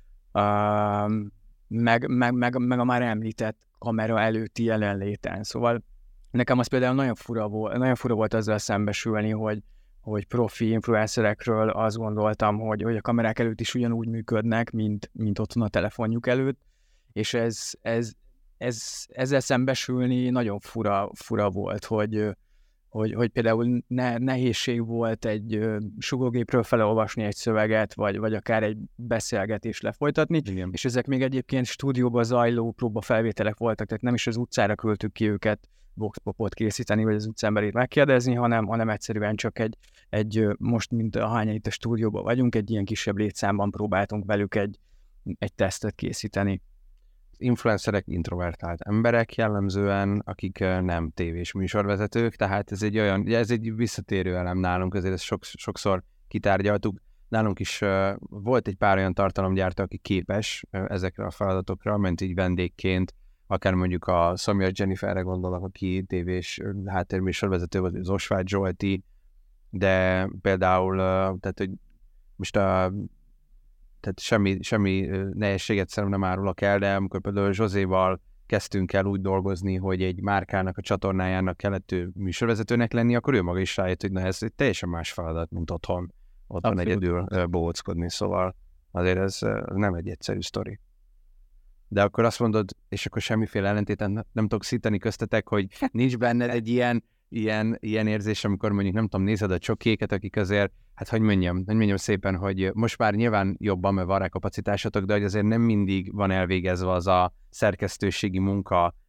Meg a már említett kamera előtti jelenléten. Szóval nekem az például nagyon fura volt azzal szembesülni, hogy profi influencerekről azt gondoltam, hogy a kamerák előtt is ugyanúgy működnek, mint otthon a telefonjuk előtt, és ezzel szembesülni nagyon fura volt, hogy például nehézség volt egy sugógépről felolvasni egy szöveget, vagy akár egy beszélgetést lefolytatni, igen. És ezek még egyébként stúdióba zajló próbafelvételek voltak, tehát nem is az utcára küldtük ki őket voxpopot készíteni, vagy az utcámberét megkérdezni, hanem egyszerűen csak egy most, mint ahányan itt a stúdióban vagyunk, egy ilyen kisebb létszámban próbáltunk velük egy tesztet készíteni. Influencerek introvertált emberek jellemzően, akik nem tévés műsorvezetők, tehát ez egy visszatérő elem nálunk, azért ezt sokszor kitárgyaltuk. Nálunk is volt egy pár olyan tartalomgyártó, aki képes ezekre a feladatokra, ment így vendégként, akár mondjuk a Szomjas Jenniferre gondolok, aki tévés háttérműsorvezető volt, az Osváth Zsolti, de például, tehát hogy most tehát semmi nehézséget szerintem nem árulok el, de amikor például Zsozéval kezdtünk el úgy dolgozni, hogy egy márkának a csatornájának kellett műsorvezetőnek lenni, akkor ő maga is rájött, hogy ez egy teljesen más feladat, mint otthon egyedül bohóckodni, szóval azért ez nem egy egyszerű sztori. De akkor azt mondod, és akkor semmiféle ellentéten nem tudok szíteni köztetek, hogy nincs benned egy ilyen érzés, amikor mondjuk nem tudom, nézed a csokéket, akik azért, hát hogy mondjam szépen, hogy most már nyilván jobban, mert van rá kapacitásatok, de hogy azért nem mindig van elvégezve az a szerkesztőségi munka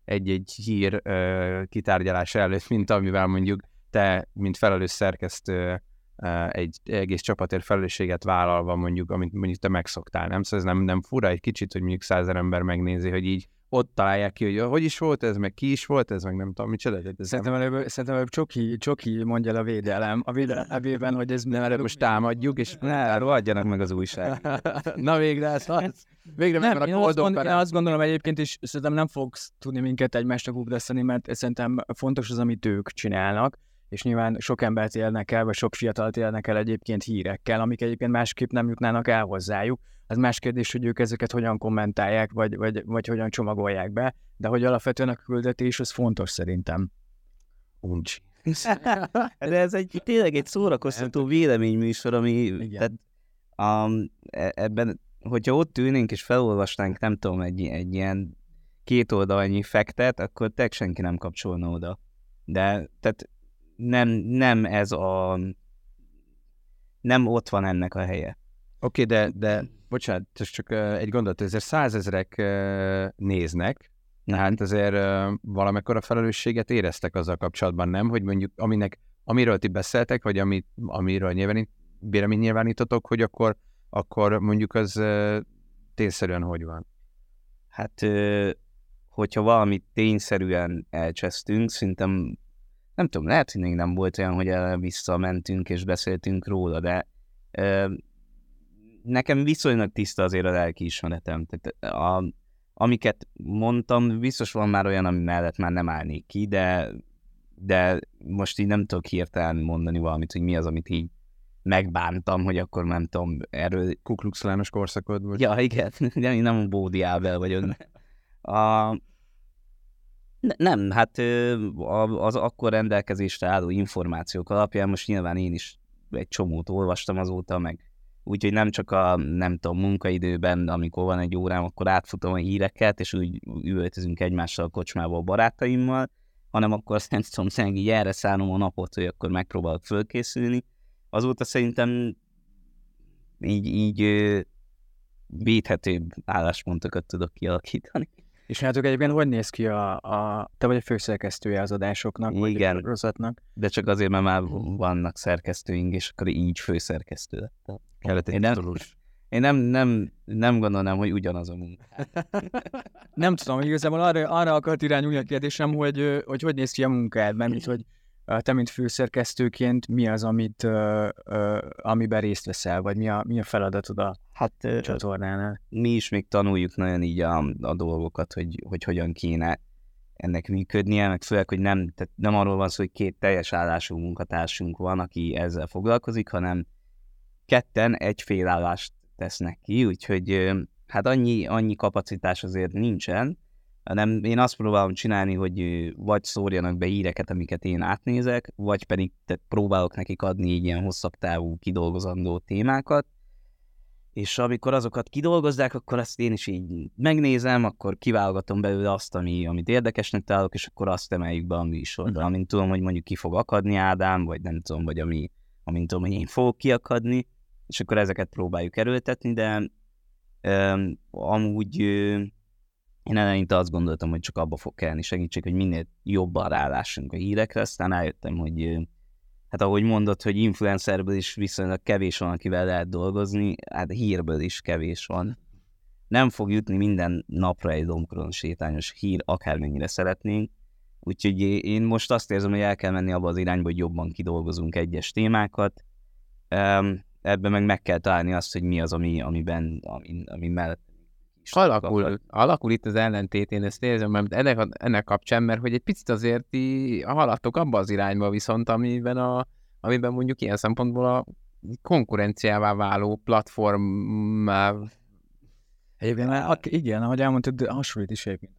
egy hír kitárgyalása előtt, mint amivel mondjuk te, mint felelős szerkesztő egy egész csapatért felelősséget vállalva mondjuk, amit mondjuk te megszoktál, nem? Szóval ez nem fura egy kicsit, hogy mondjuk 100 000 ember megnézi, hogy így ott találják ki, hogy is volt ez, meg ki is volt ez, meg nem tudom, micsoda. Szerintem előbb Csoki mondja el a védelem nevében, hogy ez nem előbb most támadjuk, és rohadjanak meg az újság. Na végre ez az. Végre nem, én azt gondolom egyébként is, szerintem nem fogsz tudni minket egymásnak ugrasztani, mert szerintem fontos az, amit ők csinálnak, és nyilván sok embert élnek el, vagy sok fiatalt élnek el egyébként hírekkel, amik egyébként másképp nem jutnának el hozzájuk. Az más kérdés, hogy ők ezeket hogyan kommentálják, vagy hogyan csomagolják be, de hogy alapvetően a küldetés, az fontos szerintem. Uncsi. De ez tényleg egy szórakoztató véleményműsor, ami tehát, ebben, hogyha ott ülnénk és felolvasnánk, nem tudom, egy ilyen 2 oldalnyi faktet, akkor tényleg senki nem kapcsolna oda. De tehát nem ez nem ott van ennek a helye. Oké, de bocsánat, csak egy gondolat, ezért 100 000 néznek, hát azért valamekkora felelősséget éreztek azzal kapcsolatban, nem? Hogy mondjuk amiről ti beszéltek, vagy amiről véleményt nyilvánítotok, hogy akkor mondjuk az tényszerűen hogy van? Hát, hogyha valamit tényszerűen elcsesztünk, szerintem nem tudom, lehet, hogy még nem volt olyan, hogy visszamentünk és beszéltünk róla, de nekem viszonylag tiszta azért a lelkiismeretem. Tehát amiket mondtam, biztos van már olyan, ami mellett már nem állnék ki, de most így nem tudok hirtelen mondani valamit, hogy mi az, amit így megbántam, hogy akkor nem tudom, erről... Ku Klux Klános korszakod vagy? Ja, igen, de én nem a Bódi Ábel vagyok. Nem, hát az akkor rendelkezésre álló információk alapján most nyilván én is egy csomót olvastam azóta, meg úgyhogy nem csak nem tudom, munkaidőben, amikor van egy órám, akkor átfutom a híreket, és úgy üvöltözünk egymással a kocsmába a barátaimmal, hanem akkor azt nem tudom, így erre szánom a napot, hogy akkor megpróbálok fölkészülni. Azóta szerintem így védhetőbb álláspontokat tudok kialakítani. És nálatok egyébként hogy néz ki te vagy a főszerkesztője az adásoknak, vagy a sorozatnak? De csak azért, mert már vannak szerkesztőink, és akkor így főszerkesztő lett. Én nem gondolnám, hogy ugyanaz a munka. Nem tudom, igazából arra akart irányulni a kérdésem, hogy néz ki a munkád, mert hogy te, mint főszerkesztőként mi az, amiben részt veszel, vagy mi a feladatod a csatornánál? Mi is még tanuljuk nagyon így a dolgokat, hogy hogyan kéne ennek működnie, meg főleg, hogy nem arról van szó, hogy 2 teljes állású munkatársunk van, aki ezzel foglalkozik, hanem 2 egy félállást tesznek ki, úgyhogy hát annyi kapacitás azért nincsen, hanem én azt próbálom csinálni, hogy vagy szórjanak be híreket, amiket én átnézek, vagy pedig próbálok nekik adni így ilyen hosszabb távú kidolgozandó témákat, és amikor azokat kidolgozzák, akkor azt én is így megnézem, akkor kiválogatom belőle azt, amit érdekesnek találok, és akkor azt emeljük be a műsorba, amint tudom, hogy mondjuk ki fog akadni Ádám, vagy nem tudom, vagy amint tudom, hogy én fogok kiakadni, és akkor ezeket próbáljuk erőltetni, de amúgy én eleinte azt gondoltam, hogy csak abba fog kelleni segítség, hogy minél jobban rálássunk a hírekre, aztán rájöttem, hogy hát ahogy mondod, hogy influencerből is viszonylag kevés van, akivel lehet dolgozni, hát hírből is kevés van. Nem fog jutni minden napra egy lombkoron sétányos hír, akármennyire szeretnénk, úgyhogy én most azt érzem, hogy el kell menni abba az irányba, hogy jobban kidolgozunk egyes témákat, ebben meg kell találni azt, hogy mi az, ami mellett Alakul itt az ellentét, én ezt érzem, mert ennek kapcsán, mert hogy egy picit azért ti haladtok abba az irányba viszont, amiben mondjuk ilyen szempontból a konkurenciává váló platform. Egyébként igen, ahogy elmondtad, hasonlít is egyébként.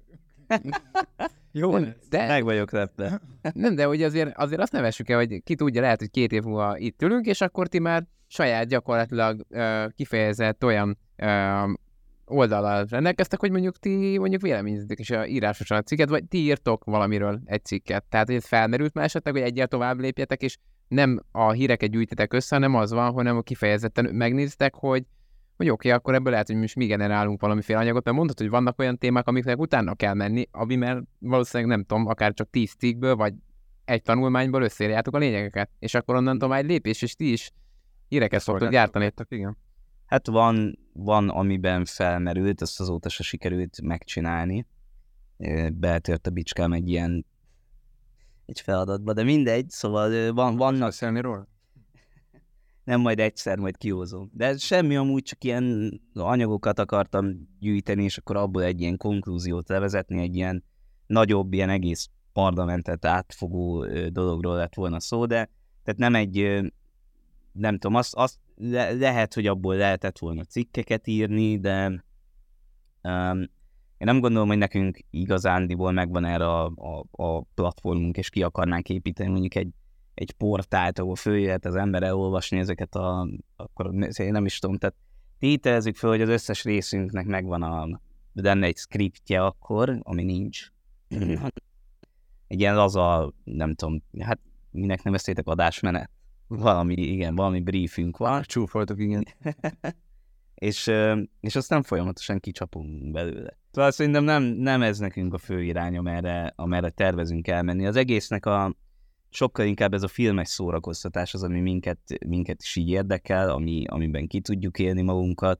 Jó, de meg vagyok lepve. Nem, de hogy azért azt ne vessük el, hogy ki tudja, lehet, hogy 2 év múlva itt ülünk, és akkor ti már saját gyakorlatilag kifejezett olyan oldallal rendelkeztek, hogy mondjuk ti véleményezitek is írásosan a cikket, vagy ti írtok valamiről egy cikket. Tehát, hogy ez felmerült már esetleg, hogy egyel tovább lépjetek, és nem a híreket gyűjtetek össze, hanem az van, hanem kifejezetten megnéztek, hogy hogy oké, akkor ebből lehet, hogy most mi generálunk valamiféle anyagot, mert mondod, hogy vannak olyan témák, amiknek utána kell menni, ami mert valószínűleg nem tudom, akár csak 10 cikkből, vagy egy tanulmányból összeírjátok a lényegeket, és akkor onnantól már egy lépés, és ti is híreket szoktok gyártani. Igen. Hát van, amiben felmerült, azt azóta se sikerült megcsinálni. Beltört a bicskám egy feladatba, de mindegy, szóval vannak... Beszélni róla? Nem, majd egyszer, majd kihozom. De semmi, amúgy csak ilyen anyagokat akartam gyűjteni, és akkor abból egy ilyen konklúziót levezetni, egy ilyen nagyobb, ilyen egész parlamentet átfogó dologról lett volna szó, de tehát nem egy, nem tudom, lehet, hogy abból lehetett volna cikkeket írni, de én nem gondolom, hogy nekünk igazándiból megvan erre a platformunk, és ki akarnánk építeni mondjuk egy portált, ahol följöhet az ember elolvasni ezeket akkor én nem is tudom, tehát tételezzük föl, hogy az összes részünknek megvan lenne egy scriptje akkor, ami nincs. Egy ilyen laza, nem tudom, hát minek neveztétek adásmenet? Valami briefünk van. Csúfoltok, igen. és aztán folyamatosan kicsapunk belőle. Szóval szerintem nem ez nekünk a fő irány, amerre tervezünk elmenni. Az egésznek sokkal inkább ez a filmes szórakoztatás az, ami minket is így érdekel, amiben ki tudjuk élni magunkat.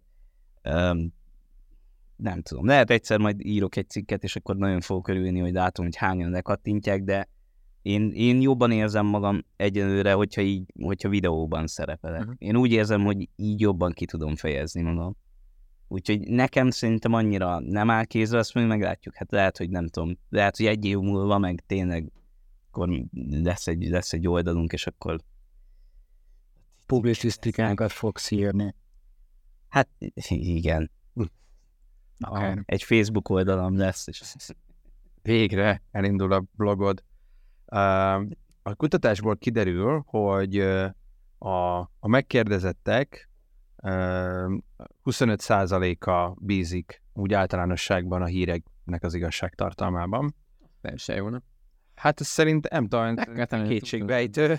Nem tudom, lehet egyszer majd írok egy cikket, és akkor nagyon fogok örülni, hogy látom, hogy hányan lekattintják, de én jobban érzem magam egyelőre, hogyha videóban szerepelek. Uh-huh. Én úgy érzem, hogy így jobban ki tudom fejezni magam. Úgyhogy nekem szerintem annyira nem áll kézre, azt még meglátjuk. Hát lehet, hogy nem tudom, lehet, hogy egy év múlva meg tényleg akkor lesz egy oldalunk, és akkor publicisztikánkat fogsz írni. Hát igen. Egy Facebook oldalam lesz, és végre elindul a blogod. A kutatásból kiderül, hogy a megkérdezettek 25%-a bízik úgy általánosságban a híreknek az igazságtartalmában. Teljesen jó, nem? Hát ez szerintem talán kétségbejtő.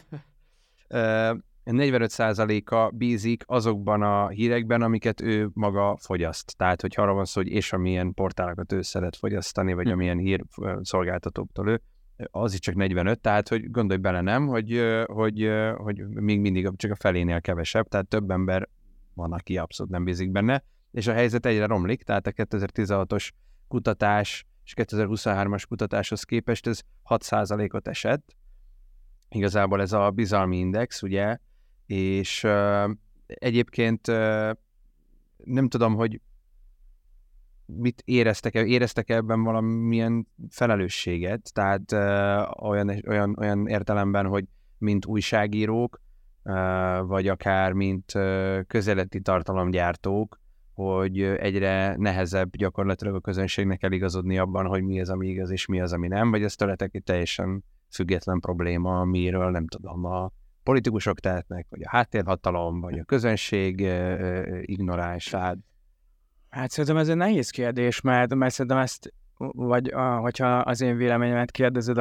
45%-a bízik azokban a hírekben, amiket ő maga fogyaszt. Tehát, hogy arra van szó, hogy és amilyen portálokat ő szeret fogyasztani, vagy amilyen hírszolgáltatóktól ő, az is csak 45, tehát, hogy gondolj bele, nem, hogy még mindig csak a felénél kevesebb, tehát több ember van, aki abszolút nem bízik benne, és a helyzet egyre romlik, tehát a 2016-os kutatás és 2023-as kutatáshoz képest ez 6%-ot esett. Igazából ez a bizalmi index, ugye, és egyébként nem tudom, hogy mit éreztek ebben valamilyen felelősséget, tehát olyan értelemben, hogy mint újságírók, vagy akár mint közéleti tartalomgyártók, hogy egyre nehezebb gyakorlatilag a közönségnek eligazodni abban, hogy mi az, ami igaz, és mi az, ami nem, vagy ez tőletek egy teljesen független probléma, amiről nem tudom, a politikusok tehetnek, vagy a háttérhatalom, vagy a közönség ignorálását. Hát szerintem ez egy nehéz kérdés, mert szerintem ezt, vagy hogyha az én véleményemet kérdezed,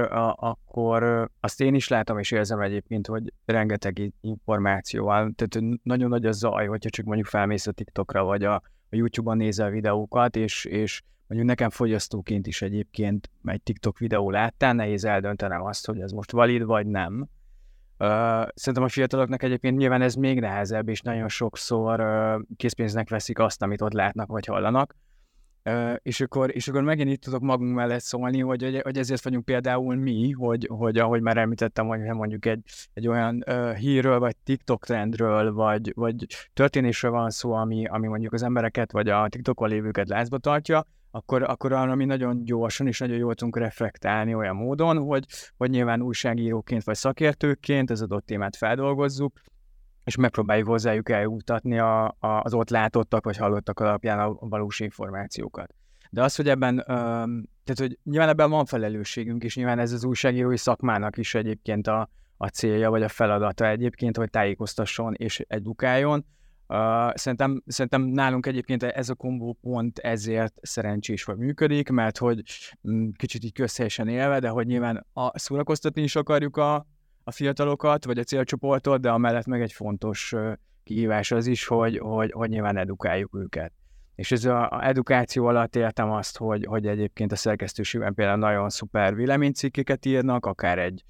akkor azt én is látom és érzem egyébként, hogy rengeteg információ van. Tehát nagyon nagy a zaj, hogyha csak mondjuk felmész a TikTokra, vagy a YouTube-on nézel videókat, és mondjuk nekem fogyasztóként is egyébként egy TikTok videó láttál, nehéz eldöntenem azt, hogy ez most valid, vagy nem. Szerintem a fiataloknak egyébként nyilván ez még nehezebb, és nagyon sokszor készpénznek veszik azt, amit ott látnak, vagy hallanak. És akkor megint itt tudok magunk mellett szólni, hogy ezért vagyunk például mi, hogy ahogy már említettem, hogy mondjuk egy olyan hírről, vagy TikTok trendről, vagy történésről van szó, ami mondjuk az embereket, vagy a TikTokon lévőket lázba tartja, akkor arra mi nagyon gyorsan és nagyon jól tudunk reflektálni olyan módon, hogy nyilván újságíróként vagy szakértőként az adott témát feldolgozzuk, és megpróbáljuk hozzájuk eljutatni az ott látottak vagy hallottak alapján a valós információkat. De az, hogy ebben, tehát hogy nyilván ebben van felelősségünk, és nyilván ez az újságírói szakmának is egyébként a célja, vagy a feladata egyébként, hogy tájékoztasson és edukáljon. Szerintem nálunk egyébként ez a kombó pont ezért szerencsés, hogy működik, mert hogy kicsit így közhelyesen élve, de hogy nyilván szórakoztatni is akarjuk a fiatalokat, vagy a célcsoportot, de amellett meg egy fontos kihívás az is, hogy nyilván edukáljuk őket. És ez az edukáció alatt értem azt, hogy egyébként a szerkesztőségben például nagyon szuper véleménycikkeket írnak, akár egy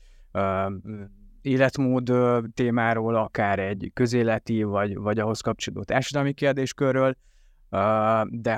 életmód témáról, akár egy közéleti, vagy ahhoz kapcsolódó társadalmi kérdéskörről, de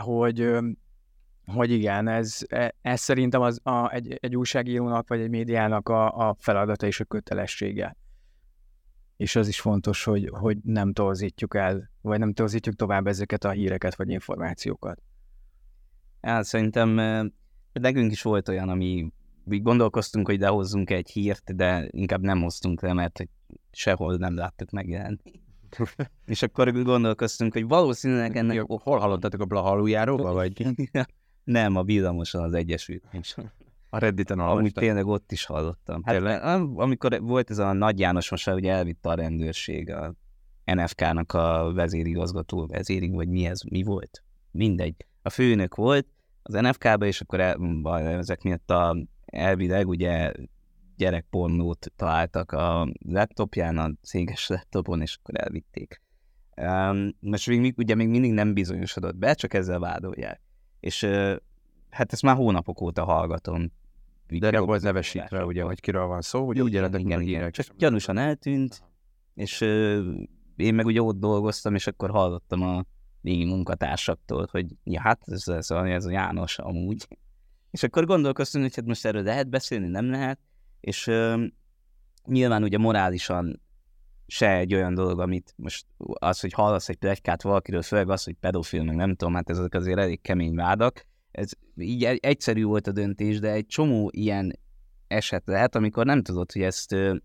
hogy igen, ez szerintem egy újságírónak, vagy egy médiának a feladata és a kötelessége. És az is fontos, hogy nem torzítjuk el, vagy nem torzítjuk tovább ezeket a híreket, vagy információkat. Hát szerintem nekünk is volt olyan, ami úgy gondolkoztunk, hogy hozzunk egy hírt, de inkább nem hoztunk le, mert sehol nem láttuk megjelenni. És akkor gondolkoztunk, hogy valószínűleg ennek... Hol hallottatok, a Blaha aluljáróba, vagy? Nem, a Villamoson az Egyesült. A Redditen amúgy tényleg ott is hallottam. Hát, amikor volt ez a Nagy János, most ugye elvitte a rendőrség a NFK-nak a vezérigazgató, vagy mi volt? Mindegy. A főnök volt az NFK-ba, és akkor ezek miatt elvileg ugye gyerekpornót találtak a laptopján, a céges laptopon, és akkor elvitték. Most ugye még mindig nem bizonyosodott be, csak ezzel vádolják. És hát ezt már hónapok óta hallgatom. De nem volt nevesítve, ugye, hogy kiről van szó, ugye úgy jelentek meg a hírek. Csak gyanúsan eltűnt, és én meg ugye ott dolgoztam, és akkor hallottam a régi munkatársaktól, hogy ja, hát ez a János amúgy. És akkor gondolkoztunk, hogy hát most erről lehet beszélni, nem lehet, és nyilván ugye morálisan se egy olyan dolog, amit most az, hogy hallasz egy pletykát valakiről, főleg az, hogy pedofil, meg nem tudom, hát ezek azért elég kemény vádak. Ez így egyszerű volt a döntés, de egy csomó ilyen eset lehet, amikor nem tudod, hogy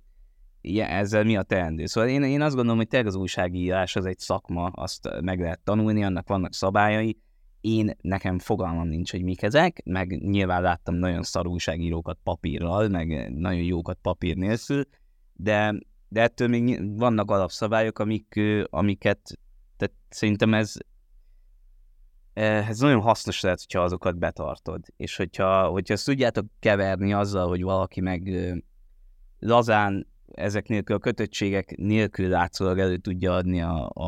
ezzel mi a teendő. Szóval én azt gondolom, hogy tényleg az újságírás az egy szakma, azt meg lehet tanulni, annak vannak szabályai. Nekem fogalmam nincs, hogy mik ezek, meg nyilván láttam nagyon szar újságírókat papírral, meg nagyon jókat papír nélkül, de ettől még vannak alapszabályok, amiket tehát szerintem ez nagyon hasznos lehet, hogyha azokat betartod. És hogyha ezt tudjátok keverni azzal, hogy valaki meg lazán ezek nélkül, a kötöttségek nélkül látszólag elő tudja adni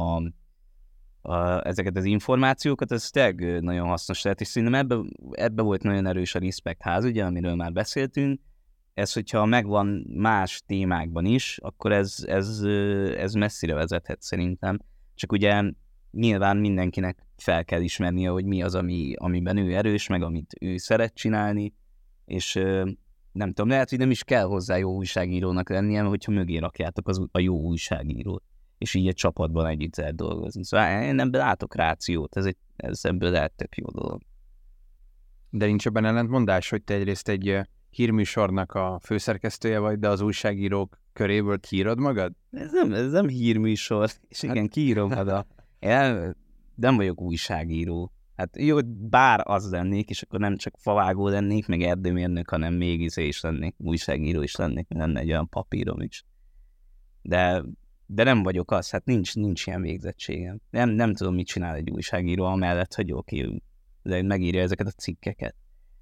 ezeket az információkat, ez tényleg nagyon hasznos lehet, és szerintem ebbe volt nagyon erős a Respect ház, ugye, amiről már beszéltünk. Ez, hogyha megvan más témákban is, akkor ez messzire vezethet szerintem. Csak ugye nyilván mindenkinek fel kell ismernie, hogy mi az, amiben ő erős, meg amit ő szeret csinálni, és nem tudom, lehet, hogy nem is kell hozzá jó újságírónak lennie, hogyha mögé rakjátok a jó újságírót, és így egy csapatban együtt lehet dolgozni. Szóval én ebben látok rációt, ez ebből lehet tök jó dolog. De nincs ebben ellentmondás, hogy te egyrészt egy hírműsornak a főszerkesztője vagy, de az újságírók köréből kiírod magad? Ez nem hírműsor, és igen, kiírom magad. Nem vagyok újságíró. Hát jó, bár az lennék, és akkor nem csak favágó lennék, meg erdőmérnök, hanem még is lennék, újságíró is lennék, lenne egy olyan papírom is. De nem vagyok az, hát nincs ilyen végzettségem. Nem tudom, mit csinál egy újságíró, amellett, hogy oké, megírja ezeket a cikkeket,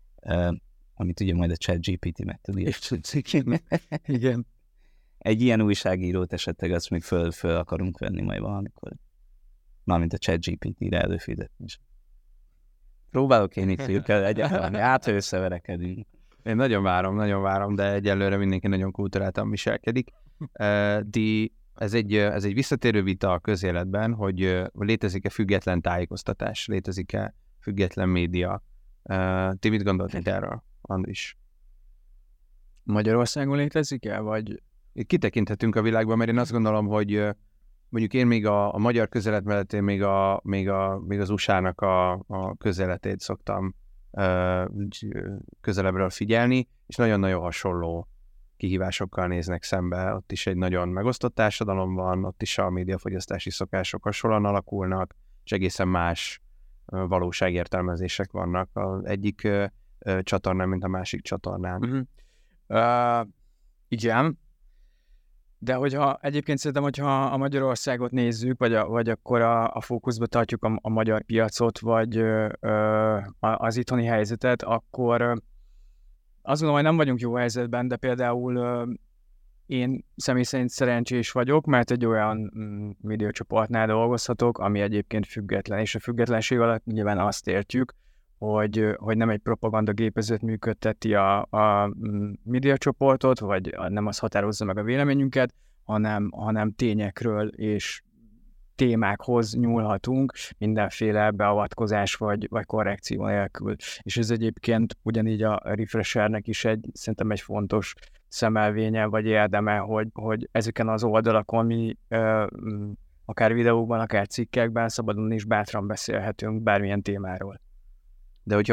amit ugye majd a ChatGPT meg tud írni. Igen. Egy ilyen újságírót esetleg azt még föl akarunk venni majd valamikor. Mármint a ChatGPT-re előfizetni. Próbálok én itt őkkel egyáltalán, hát összeverekedünk. Én nagyon várom, de egyelőre mindenki nagyon kulturáltan viselkedik. Ez egy visszatérő vita a közéletben, hogy létezik-e független tájékoztatás, létezik-e független média. Ti mit gondoltok erről, Andris? Magyarországon létezik-e, vagy? Itt kitekinthetünk a világba, mert én azt gondolom, hogy mondjuk én még a magyar közelet mellett én még az USA-nak a közeletét szoktam közelebbről figyelni, és nagyon-nagyon hasonló kihívásokkal néznek szembe. Ott is egy nagyon megosztott társadalom van, ott is a médiafogyasztási szokások hasonlóan alakulnak, és egészen más valóságértelmezések vannak az egyik csatornán, mint a másik csatornán. Igen. De egyébként szerintem, hogyha a Magyarországot nézzük, vagy akkor a fókuszba tartjuk a magyar piacot, vagy az itthoni helyzetet, akkor azt gondolom, hogy nem vagyunk jó helyzetben, de például Én személy szerint szerencsés vagyok, mert egy olyan médiacsoportnál dolgozhatok, ami egyébként független, és a függetlenség alatt nyilván azt értjük, hogy nem egy propagandagépezet működteti a médiacsoportot, vagy nem az határozza meg a véleményünket, hanem tényekről és témákhoz nyúlhatunk mindenféle beavatkozás vagy korrekció nélkül. És ez egyébként ugyanígy a Refreshernek is szerintem egy fontos szemelvénye vagy érdeme, hogy ezeken az oldalakon mi akár videókban, akár cikkekben szabadon is bátran beszélhetünk bármilyen témáról. De hogyha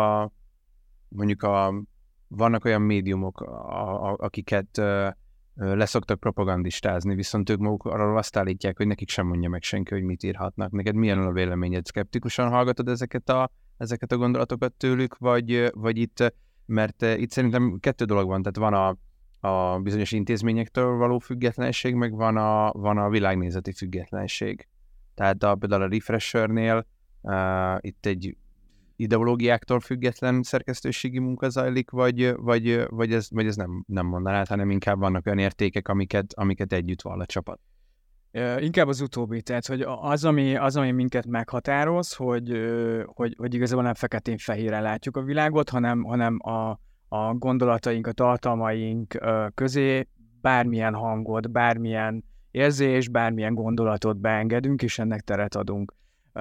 mondjuk vannak olyan médiumok, akiket leszoktak propagandistázni, viszont ők maguk arról azt állítják, hogy nekik sem mondja meg senki, hogy mit írhatnak. Neked milyen a véleményed? Szkeptikusan hallgatod ezeket a gondolatokat tőlük, vagy itt, mert itt szerintem kettő dolog van, tehát van a bizonyos intézményektől való függetlenség, meg van a világnézeti függetlenség. Tehát például a Refreshernél itt egy ideológiáktól független szerkesztőségi munka zajlik, vagy ez nem mondanád, hanem inkább vannak olyan értékek, amiket együtt vall a csapat? Inkább az utóbbi, tehát hogy az, ami minket meghatároz, hogy igazából nem feketén-fehéren látjuk a világot, hanem a gondolataink, a tartalmaink közé bármilyen hangot, bármilyen érzés, bármilyen gondolatot beengedünk, és ennek teret adunk.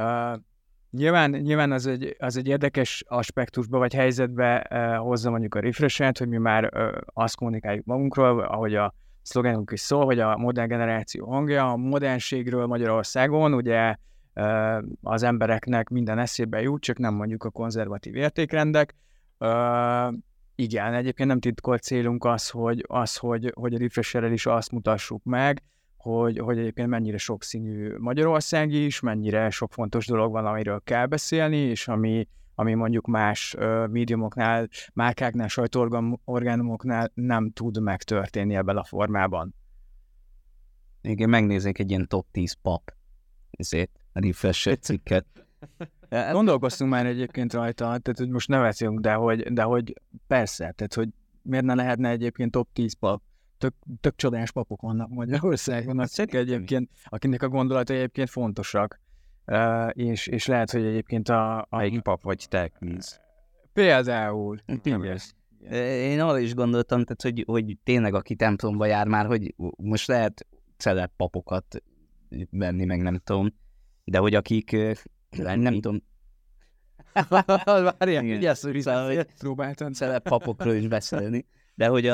Nyilván az egy érdekes aspektusba vagy helyzetbe hozza mondjuk a Refresh-et, hogy mi már azt kommunikáljuk magunkról, ahogy a szlogenünk is szól, hogy a modern generáció hangja, a modernségről Magyarországon ugye az embereknek minden eszébe jut, csak nem mondjuk a konzervatív értékrendek. Igen, egyébként nem titkolt célunk az, hogy a Refresherrel is azt mutassuk meg, hogy egyébként mennyire sokszínű Magyarország is, mennyire sok fontos dolog van, amiről kell beszélni, és ami mondjuk más médiumoknál, márkáknál, sajtóorgánumoknál nem tud megtörténni ebben a formában. Igen, megnéznék egy ilyen top 10 pap a Refresher cikket. Gondolkoztunk már egyébként rajta, tehát hogy most nevetjünk, de hogy persze, tehát hogy miért ne lehetne egyébként top 10 pap. Tök csodás papok vannak Magyarországon, egyébként, akinek a gondolatai egyébként fontosak. És lehet, hogy egyébként Melyik pap vagy te? Például. Én arra is gondoltam, tehát, hogy tényleg aki templomba jár már, hogy most lehet celeb papokat venni, meg nem tudom, de hogy akik nem tudom. Várjál, vigyázz, hogy próbáltam celeb papokról is beszélni, de hogy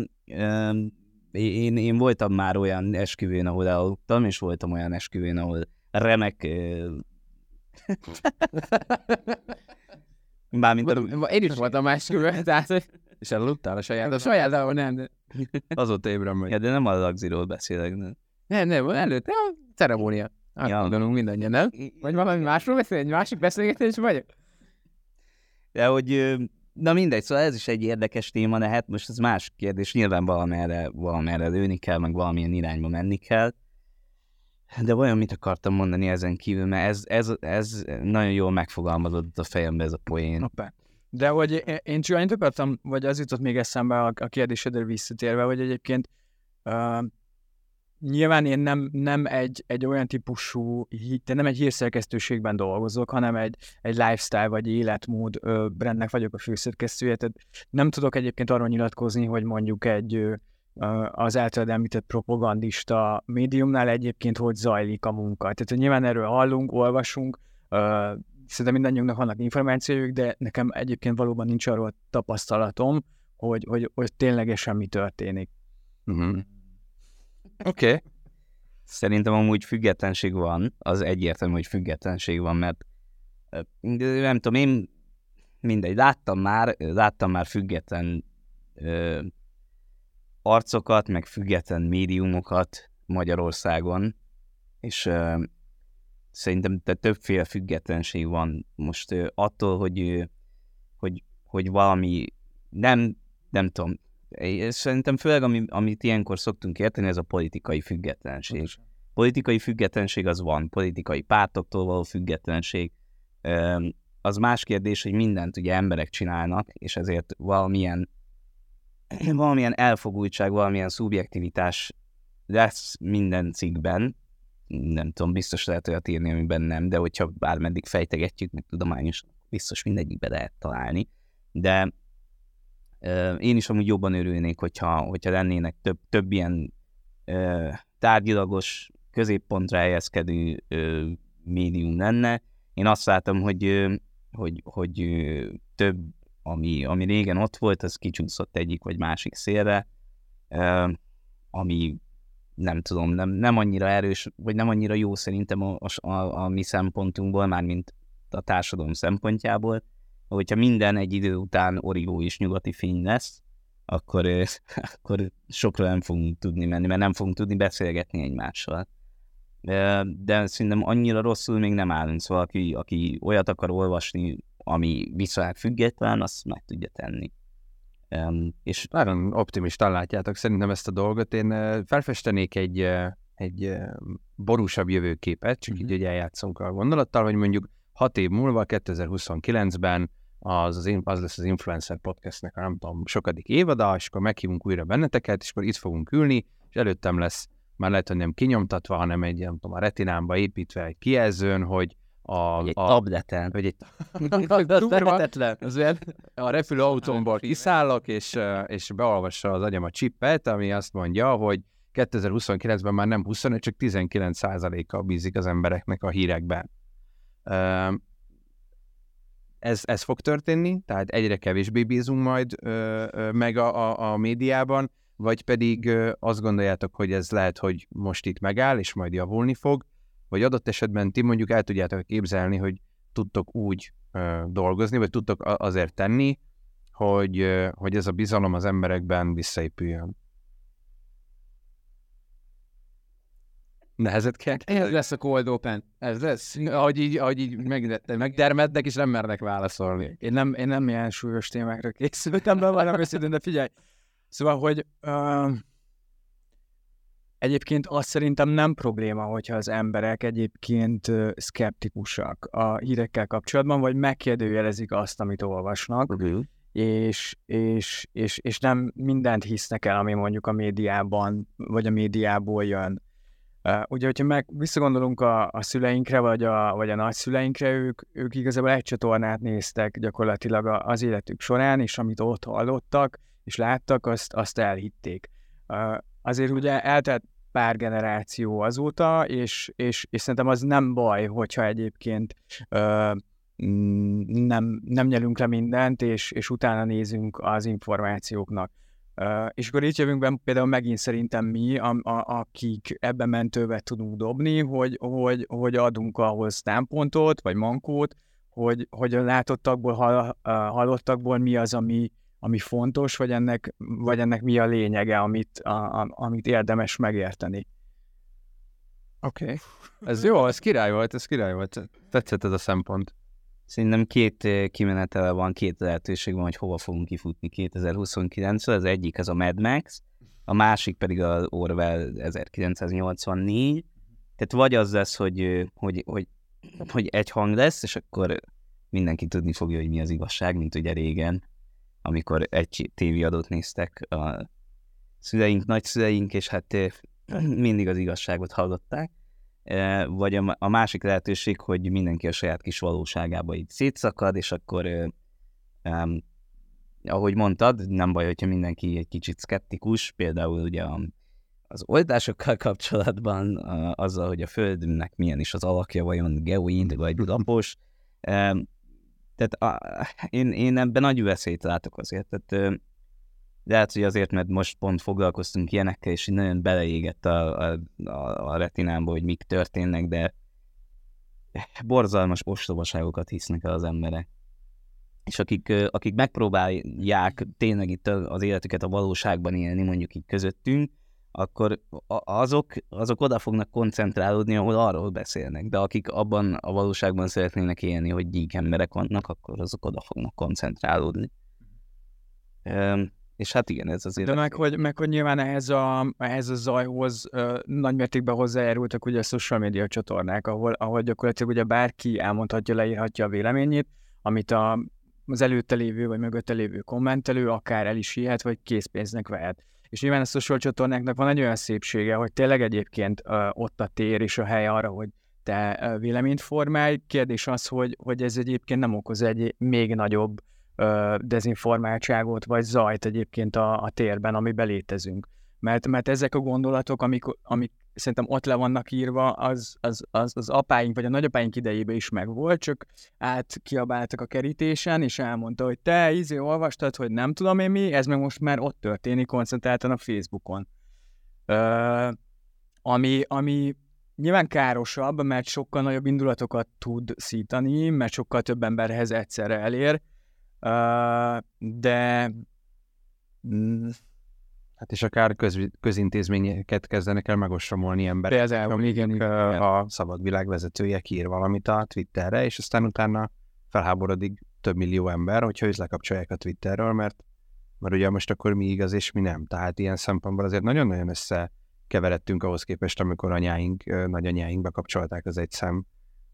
én voltam már olyan esküvőn, ahol elaludtam, és voltam olyan esküvőn, ahol remek... Én is voltam esküvőn, tehát... És elaludtál a saját, nem. Azóta ébren vagy. Ja, de nem a lagziról beszélek, nem. Nem, előtt, a ceremónia. Gondolunk mindannyian, nem? Vagy valami másról beszél, egy másik beszélgetés vagyok? De hogy... Na mindegy, szóval ez is egy érdekes téma lehet, most ez más kérdés, nyilván valamerre lőni kell, meg valamilyen irányba menni kell, de vajon mit akartam mondani ezen kívül, mert ez nagyon jól megfogalmazódott a fejembe ez a poén. Hoppá. De hogy én csak annyit akartam, vagy az jutott még eszembe a kérdésedre visszatérve, hogy egyébként nyilván én nem egy olyan típusú, nem egy hírszerkesztőségben dolgozok, hanem egy lifestyle vagy életmód brandnek vagyok a főszerkesztője, tehát nem tudok egyébként arról nyilatkozni, hogy mondjuk az általad említett propagandista médiumnál egyébként hogy zajlik a munka. Tehát nyilván erről hallunk, olvasunk, szerintem mindannyiunknak vannak információjuk, de nekem egyébként valóban nincs arról tapasztalatom, hogy ténylegesen mi történik. Uh-huh. Oké. Szerintem amúgy függetlenség van, az egyértelmű, hogy függetlenség van, mert nem tudom, én mindegy, láttam már független arcokat, meg független médiumokat Magyarországon, és szerintem többféle függetlenség van most attól, hogy valami nem tudom, szerintem főleg, amit ilyenkor szoktunk érteni, ez a politikai függetlenség. Most. Politikai függetlenség az van, politikai pártoktól való függetlenség. Az más kérdés, hogy mindent ugye emberek csinálnak, és ezért valamilyen valamilyen elfogultság, valamilyen szubjektivitás lesz minden cikkben. Nem tudom, biztos lehet olyat írni, amiben nem, de hogyha bármeddig fejtegetjük, meg tudományos, biztos mindegyikbe lehet találni. De én is amúgy jobban örülnék, hogyha lennének több ilyen tárgyilagos, középpontra helyezkedő médium lenne. Én azt látom, hogy több, ami régen ott volt, az kicsúszott egyik vagy másik szélre, ami nem tudom, nem annyira erős, vagy nem annyira jó szerintem a mi szempontunkból, mármint a társadalom szempontjából. Hogyha minden egy idő után origó és nyugati fény lesz, akkor sokra nem fogunk tudni menni, mert nem fogunk tudni beszélgetni egymással. De szerintem annyira rosszul még nem állunk, szóval aki olyat akar olvasni, ami viszonylag független, azt meg tudja tenni. És nagyon optimistán látjátok szerintem ezt a dolgot. Én felfestenék egy borúsabb jövőképet, csak így, hogy eljátszunk a gondolattal, hogy mondjuk 6 év múlva, 2029-ben az lesz az Influencer Podcastnek a nem tudom, sokadik évada, és akkor meghívunk újra benneteket, és akkor itt fogunk ülni, és előttem lesz, már lehet, hogy nem kinyomtatva, hanem egy, nem tudom, a retinámba építve egy kijelzőn, hogy egy tableten. Hogy egy tabletetlen. A repülőautómból kiszállok, és beolvassa az agyam a csippet, ami azt mondja, hogy 2029-ben már nem 25, csak 19%-kal bízik az embereknek a hírekben. Ez fog történni, tehát egyre kevésbé bízunk majd meg a médiában, vagy pedig azt gondoljátok, hogy ez lehet, hogy most itt megáll, és majd javulni fog, vagy adott esetben ti mondjuk el tudjátok képzelni, hogy tudtok úgy dolgozni, vagy tudtok azért tenni, hogy ez a bizalom az emberekben visszaépüljön. Nehezet kell. Ez lesz a cold open. Ez lesz. Ahogy így megdermednek, és nem mernek válaszolni. Én nem ilyen súlyos témákra készültem be, valami őszintén, de figyelj. Szóval, hogy egyébként azt szerintem nem probléma, hogyha az emberek egyébként szkeptikusak a hírekkel kapcsolatban, vagy megkérdőjelezik azt, amit olvasnak, és nem mindent hisznek el, ami mondjuk a médiában, vagy a médiából jön. Ugye, hogyha visszagondolunk a szüleinkre, vagy a nagyszüleinkre, ők igazából egy csatornát néztek gyakorlatilag az életük során, és amit ott hallottak, és láttak, azt elhitték. Azért ugye eltelt pár generáció azóta, és szerintem az nem baj, hogyha egyébként nem nyelünk le mindent, és utána nézünk az információknak. És akkor itt jövünk be például megint szerintem mi, akik ebben mentővet tudunk dobni, hogy adunk ahhoz támpontot, vagy mankót, hogy a látottakból, hallottakból mi az, ami fontos, vagy ennek mi a lényege, amit érdemes megérteni. Oké. Ez jó, ez király volt. Tetszett ez a szempont. Szerintem 2 kimenetele van, 2 lehetőség van, hogy hova fogunk kifutni 2029-re. Az egyik az a Mad Max, a másik pedig az Orwell 1984. Tehát vagy az lesz, hogy egy hang lesz, és akkor mindenki tudni fogja, hogy mi az igazság, mint ugye régen, amikor egy tévéadót néztek a szüleink, nagyszüleink, és hát mindig az igazságot hallották. Vagy a másik lehetőség, hogy mindenki a saját kis valóságába így szétszakad, és akkor, ahogy mondtad, nem baj, hogyha mindenki egy kicsit szkeptikus, például ugye az oltásokkal kapcsolatban, azzal, hogy a Földnek milyen is az alakja, vajon geoid vagy lapos. Tehát én ebben nagy veszélyt látok azért. Tehát, lehet, hogy azért, mert most pont foglalkoztunk ilyenekkel, és így nagyon beleégett a retinámba, hogy mik történnek, de borzalmas ostobaságokat hisznek el az emberek. És akik megpróbálják tényleg itt az életüket a valóságban élni, mondjuk így közöttünk, akkor azok oda fognak koncentrálódni, ahol arról beszélnek. De akik abban a valóságban szeretnének élni, hogy gyík emberek vannak, akkor azok oda fognak koncentrálódni. És hát igen, ez azért... De meg hogy nyilván ehhez a zajhoz nagymértékben hozzájárultak ugye a social media csatornák, ahol gyakorlatilag ugye bárki elmondhatja, leírhatja a véleményét, amit az előtte lévő vagy mögötte lévő kommentelő akár el is hihet, vagy készpénznek vehet. És nyilván a social csatornáknak van egy olyan szépsége, hogy tényleg egyébként ott a tér és a hely arra, hogy te véleményt formálj. Kérdés az, hogy ez egyébként nem okoz egy még nagyobb dezinformáltságot vagy zajt egyébként a térben, amiben létezünk. Mert ezek a gondolatok, amik szerintem ott le vannak írva, az apáink vagy a nagyapáink idejében is megvolt, csak átkiabáltak a kerítésen, és elmondta, hogy te olvastad, hogy nem tudom én mi, ez meg most már ott történik koncentráltan a Facebookon. Ami nyilván károsabb, mert sokkal nagyobb indulatokat tud szítani, mert sokkal több emberhez egyszerre elér, de... Hát és akár közintézményeket kezdenek el megostromolni emberek. Például, igen. A szabad világ vezetője kiír valamit a Twitterre, és aztán utána felháborodik több millió ember, hogyha őt lekapcsolják a Twitterről, mert ugye most akkor mi igaz és mi nem. Tehát ilyen szempontból azért nagyon-nagyon összekeveredtünk ahhoz képest, amikor nagyanyáink bekapcsolták az egyszem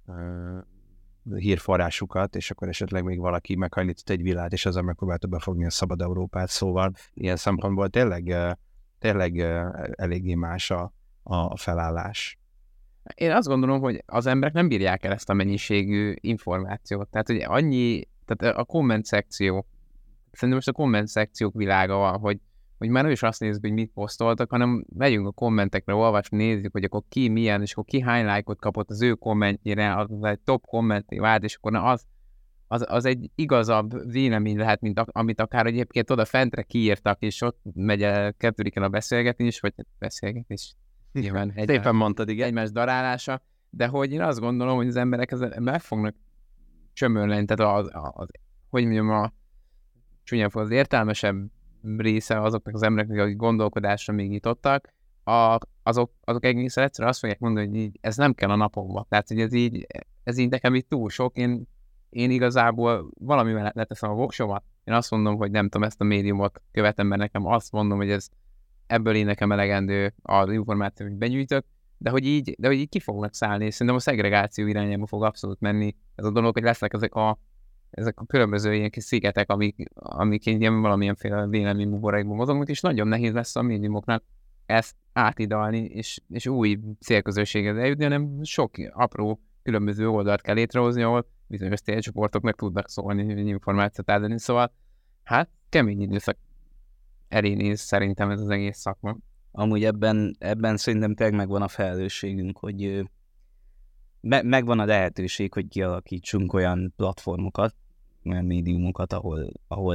hírforrásukat, és akkor esetleg még valaki meghajlított egy villát, és ezzel megpróbálta befogni a szabad Európát, szóval ilyen szempontból tényleg eléggé más a felállás. Én azt gondolom, hogy az emberek nem bírják el ezt a mennyiségű információt. Tehát, hogy tehát a komment szekció, szerintem most a komment szekciók világa van, hogy már nem is azt nézzük, hogy mit posztoltak, hanem megyünk a kommentekre, olvasni, nézzük, hogy akkor ki milyen, és akkor ki hány lájkot kapott az ő kommentjére, az egy top kommenté vált, és akkor az egy igazabb vélemény lehet, mint amit akár egyébként oda fentre kiírtak, és ott kezdődik el a beszélgetés, vagy beszélgetés. Nyilván Szépen mondtad, igen. Egymás darálása, de hogy én azt gondolom, hogy az emberek meg fognak csömörleni, tehát hogy mondjam, csúnyán fog, az értelmesebb része azoknak az embereknek, akik gondolkodásra még nyitottak, azok egészen egyszerűen azt fogják mondani, hogy így, ez nem kell a napomba. Tehát, hogy ez így nekem így túl sok. Én igazából valamivel leteszem a voksomat. Én azt mondom, hogy nem tudom, ezt a médiumot követem, mert nekem azt mondom, hogy ebből én nekem elegendő az információ, hogy begyűjtök, de hogy így ki fognak szállni, és szerintem a szegregáció irányába fog abszolút menni ez a dolog, hogy lesznek ezek a különböző ilyen kis szigetek, amik ilyen valamilyenféle véleménybuborékban mozognak, és nagyon nehéz lesz a médiumoknak ezt átidalni, és új célközönséghez eljutni, hanem sok apró különböző oldalt kell létrehozni, ahol bizonyos célcsoportok meg tudnak szólni, hogy információt átadni. Szóval, hát kemény időszak elé néz szerintem ez az egész szakma. Amúgy ebben szerintem tényleg megvan a felelősségünk, hogy megvan a lehetőség, hogy kialakítsunk olyan platformokat, olyan médiumokat, ahol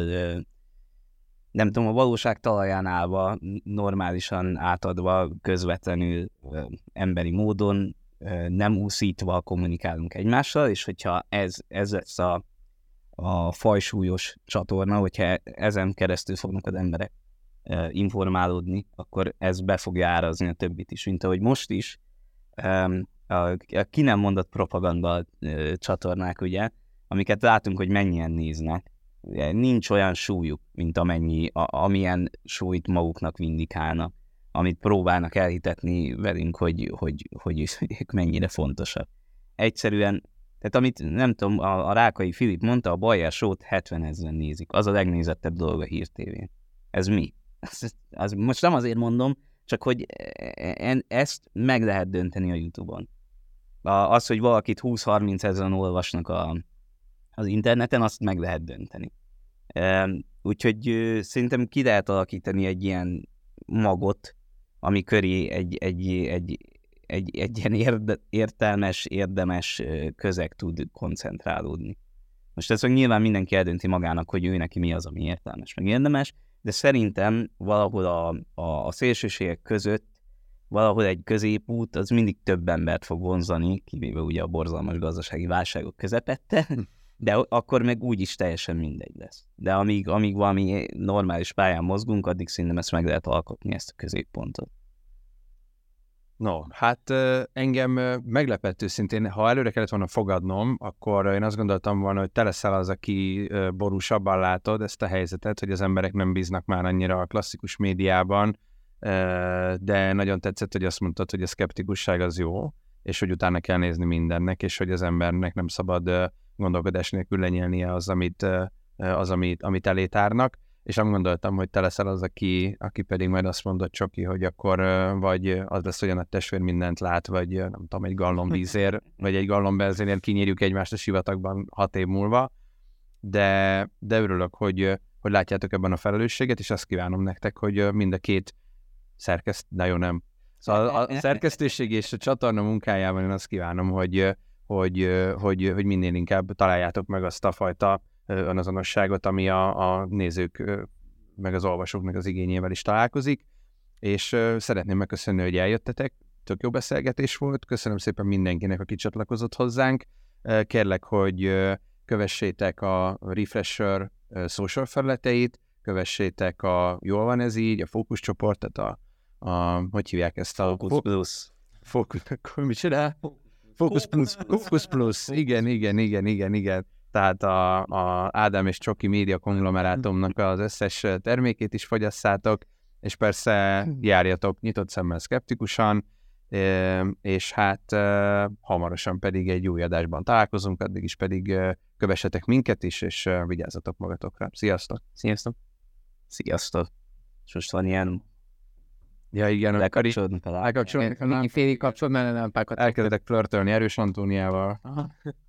nem tudom, a valóság talaján állva, normálisan átadva, közvetlenül emberi módon, nem úszítva kommunikálunk egymással, és hogyha ez lesz a fajsúlyos csatorna, hogyha ezen keresztül fognak az emberek informálódni, akkor ez be fogja árazni a többit is, mint ahogy most is. A ki nem mondott propaganda csatornák, ugye, amiket látunk, hogy mennyien néznek. Nincs olyan súlyuk, mint amilyen súlyt maguknak vindikálnak, amit próbálnak elhitetni velünk, hogy ők mennyire fontosak. Egyszerűen, tehát amit nem tudom, a Rákai Filip mondta, a Bajer Show-t 70 000 nézik. Az a legnézettebb dolog a Hír TV-n. Ez mi? Most nem azért mondom, csak hogy ezt meg lehet dönteni a YouTube-on. Az, hogy valakit 20-30 ezeren olvasnak az interneten, azt meg lehet dönteni. Úgyhogy szerintem ki lehet alakítani egy ilyen magot, ami köré egy ilyen értelmes, érdemes közeg tud koncentrálódni. Most ez nyilván mindenki eldönti magának, hogy ő neki mi az, ami értelmes, meg érdemes, de szerintem valahol a szélsőségek között valahol egy középút, az mindig több embert fog vonzani, kivéve ugye a borzalmas gazdasági válságok közepette, de akkor meg úgyis teljesen mindegy lesz. De amíg valami normális pályán mozgunk, addig szerintem ezt meg lehet alkotni, ezt a középpontot. No, hát engem meglepett őszintén, ha előre kellett volna fogadnom, akkor én azt gondoltam volna, hogy te leszel az, aki borúsabban látod ezt a helyzetet, hogy az emberek nem bíznak már annyira a klasszikus médiában, de nagyon tetszett, hogy azt mondtad, hogy a szkeptikusság az jó, és hogy utána kell nézni mindennek, és hogy az embernek nem szabad gondolkodás nélkül lenyelnie az, az, amit elétárnak, és nem gondoltam, hogy te leszel az, aki pedig majd azt mondod, Csoki, hogy akkor vagy az lesz, hogy a nagy testvér mindent lát, vagy nem tudom, egy gallon vízért, vagy egy gallon benzinért kinyírjuk egymást a sivatagban 6 év múlva, de örülök, hogy látjátok ebben a felelősséget, és azt kívánom nektek, hogy mind a két jó nem. Szóval a szerkesztőség és a csatorna munkájában én azt kívánom, hogy minél inkább találjátok meg azt a fajta önazonosságot, ami a nézők meg az olvasóknak az igényével is találkozik, és szeretném megköszönni, hogy eljöttetek, tök jó beszélgetés volt, köszönöm szépen mindenkinek, aki csatlakozott hozzánk, kérlek, hogy kövessétek a Refresher social felületeit, kövessétek jól van ez így, a fókuszcsoportot, hogy hívják ezt a... Focus Plus, igen. Tehát a Ádám és Csoki média konglomerátumnak az összes termékét is fogyasszátok, és persze járjatok nyitott szemmel szkeptikusan, és hát hamarosan pedig egy új adásban találkozunk, addig is pedig kövessetek minket is, és vigyázzatok magatokra. Sziasztok! Sziasztok! Sziasztok! És most van ilyen... Ja, igen, lekapcsolódni fel. Félig kapcsolódni, nem pákat. Elkezdek flörtölni Erős Antóniával.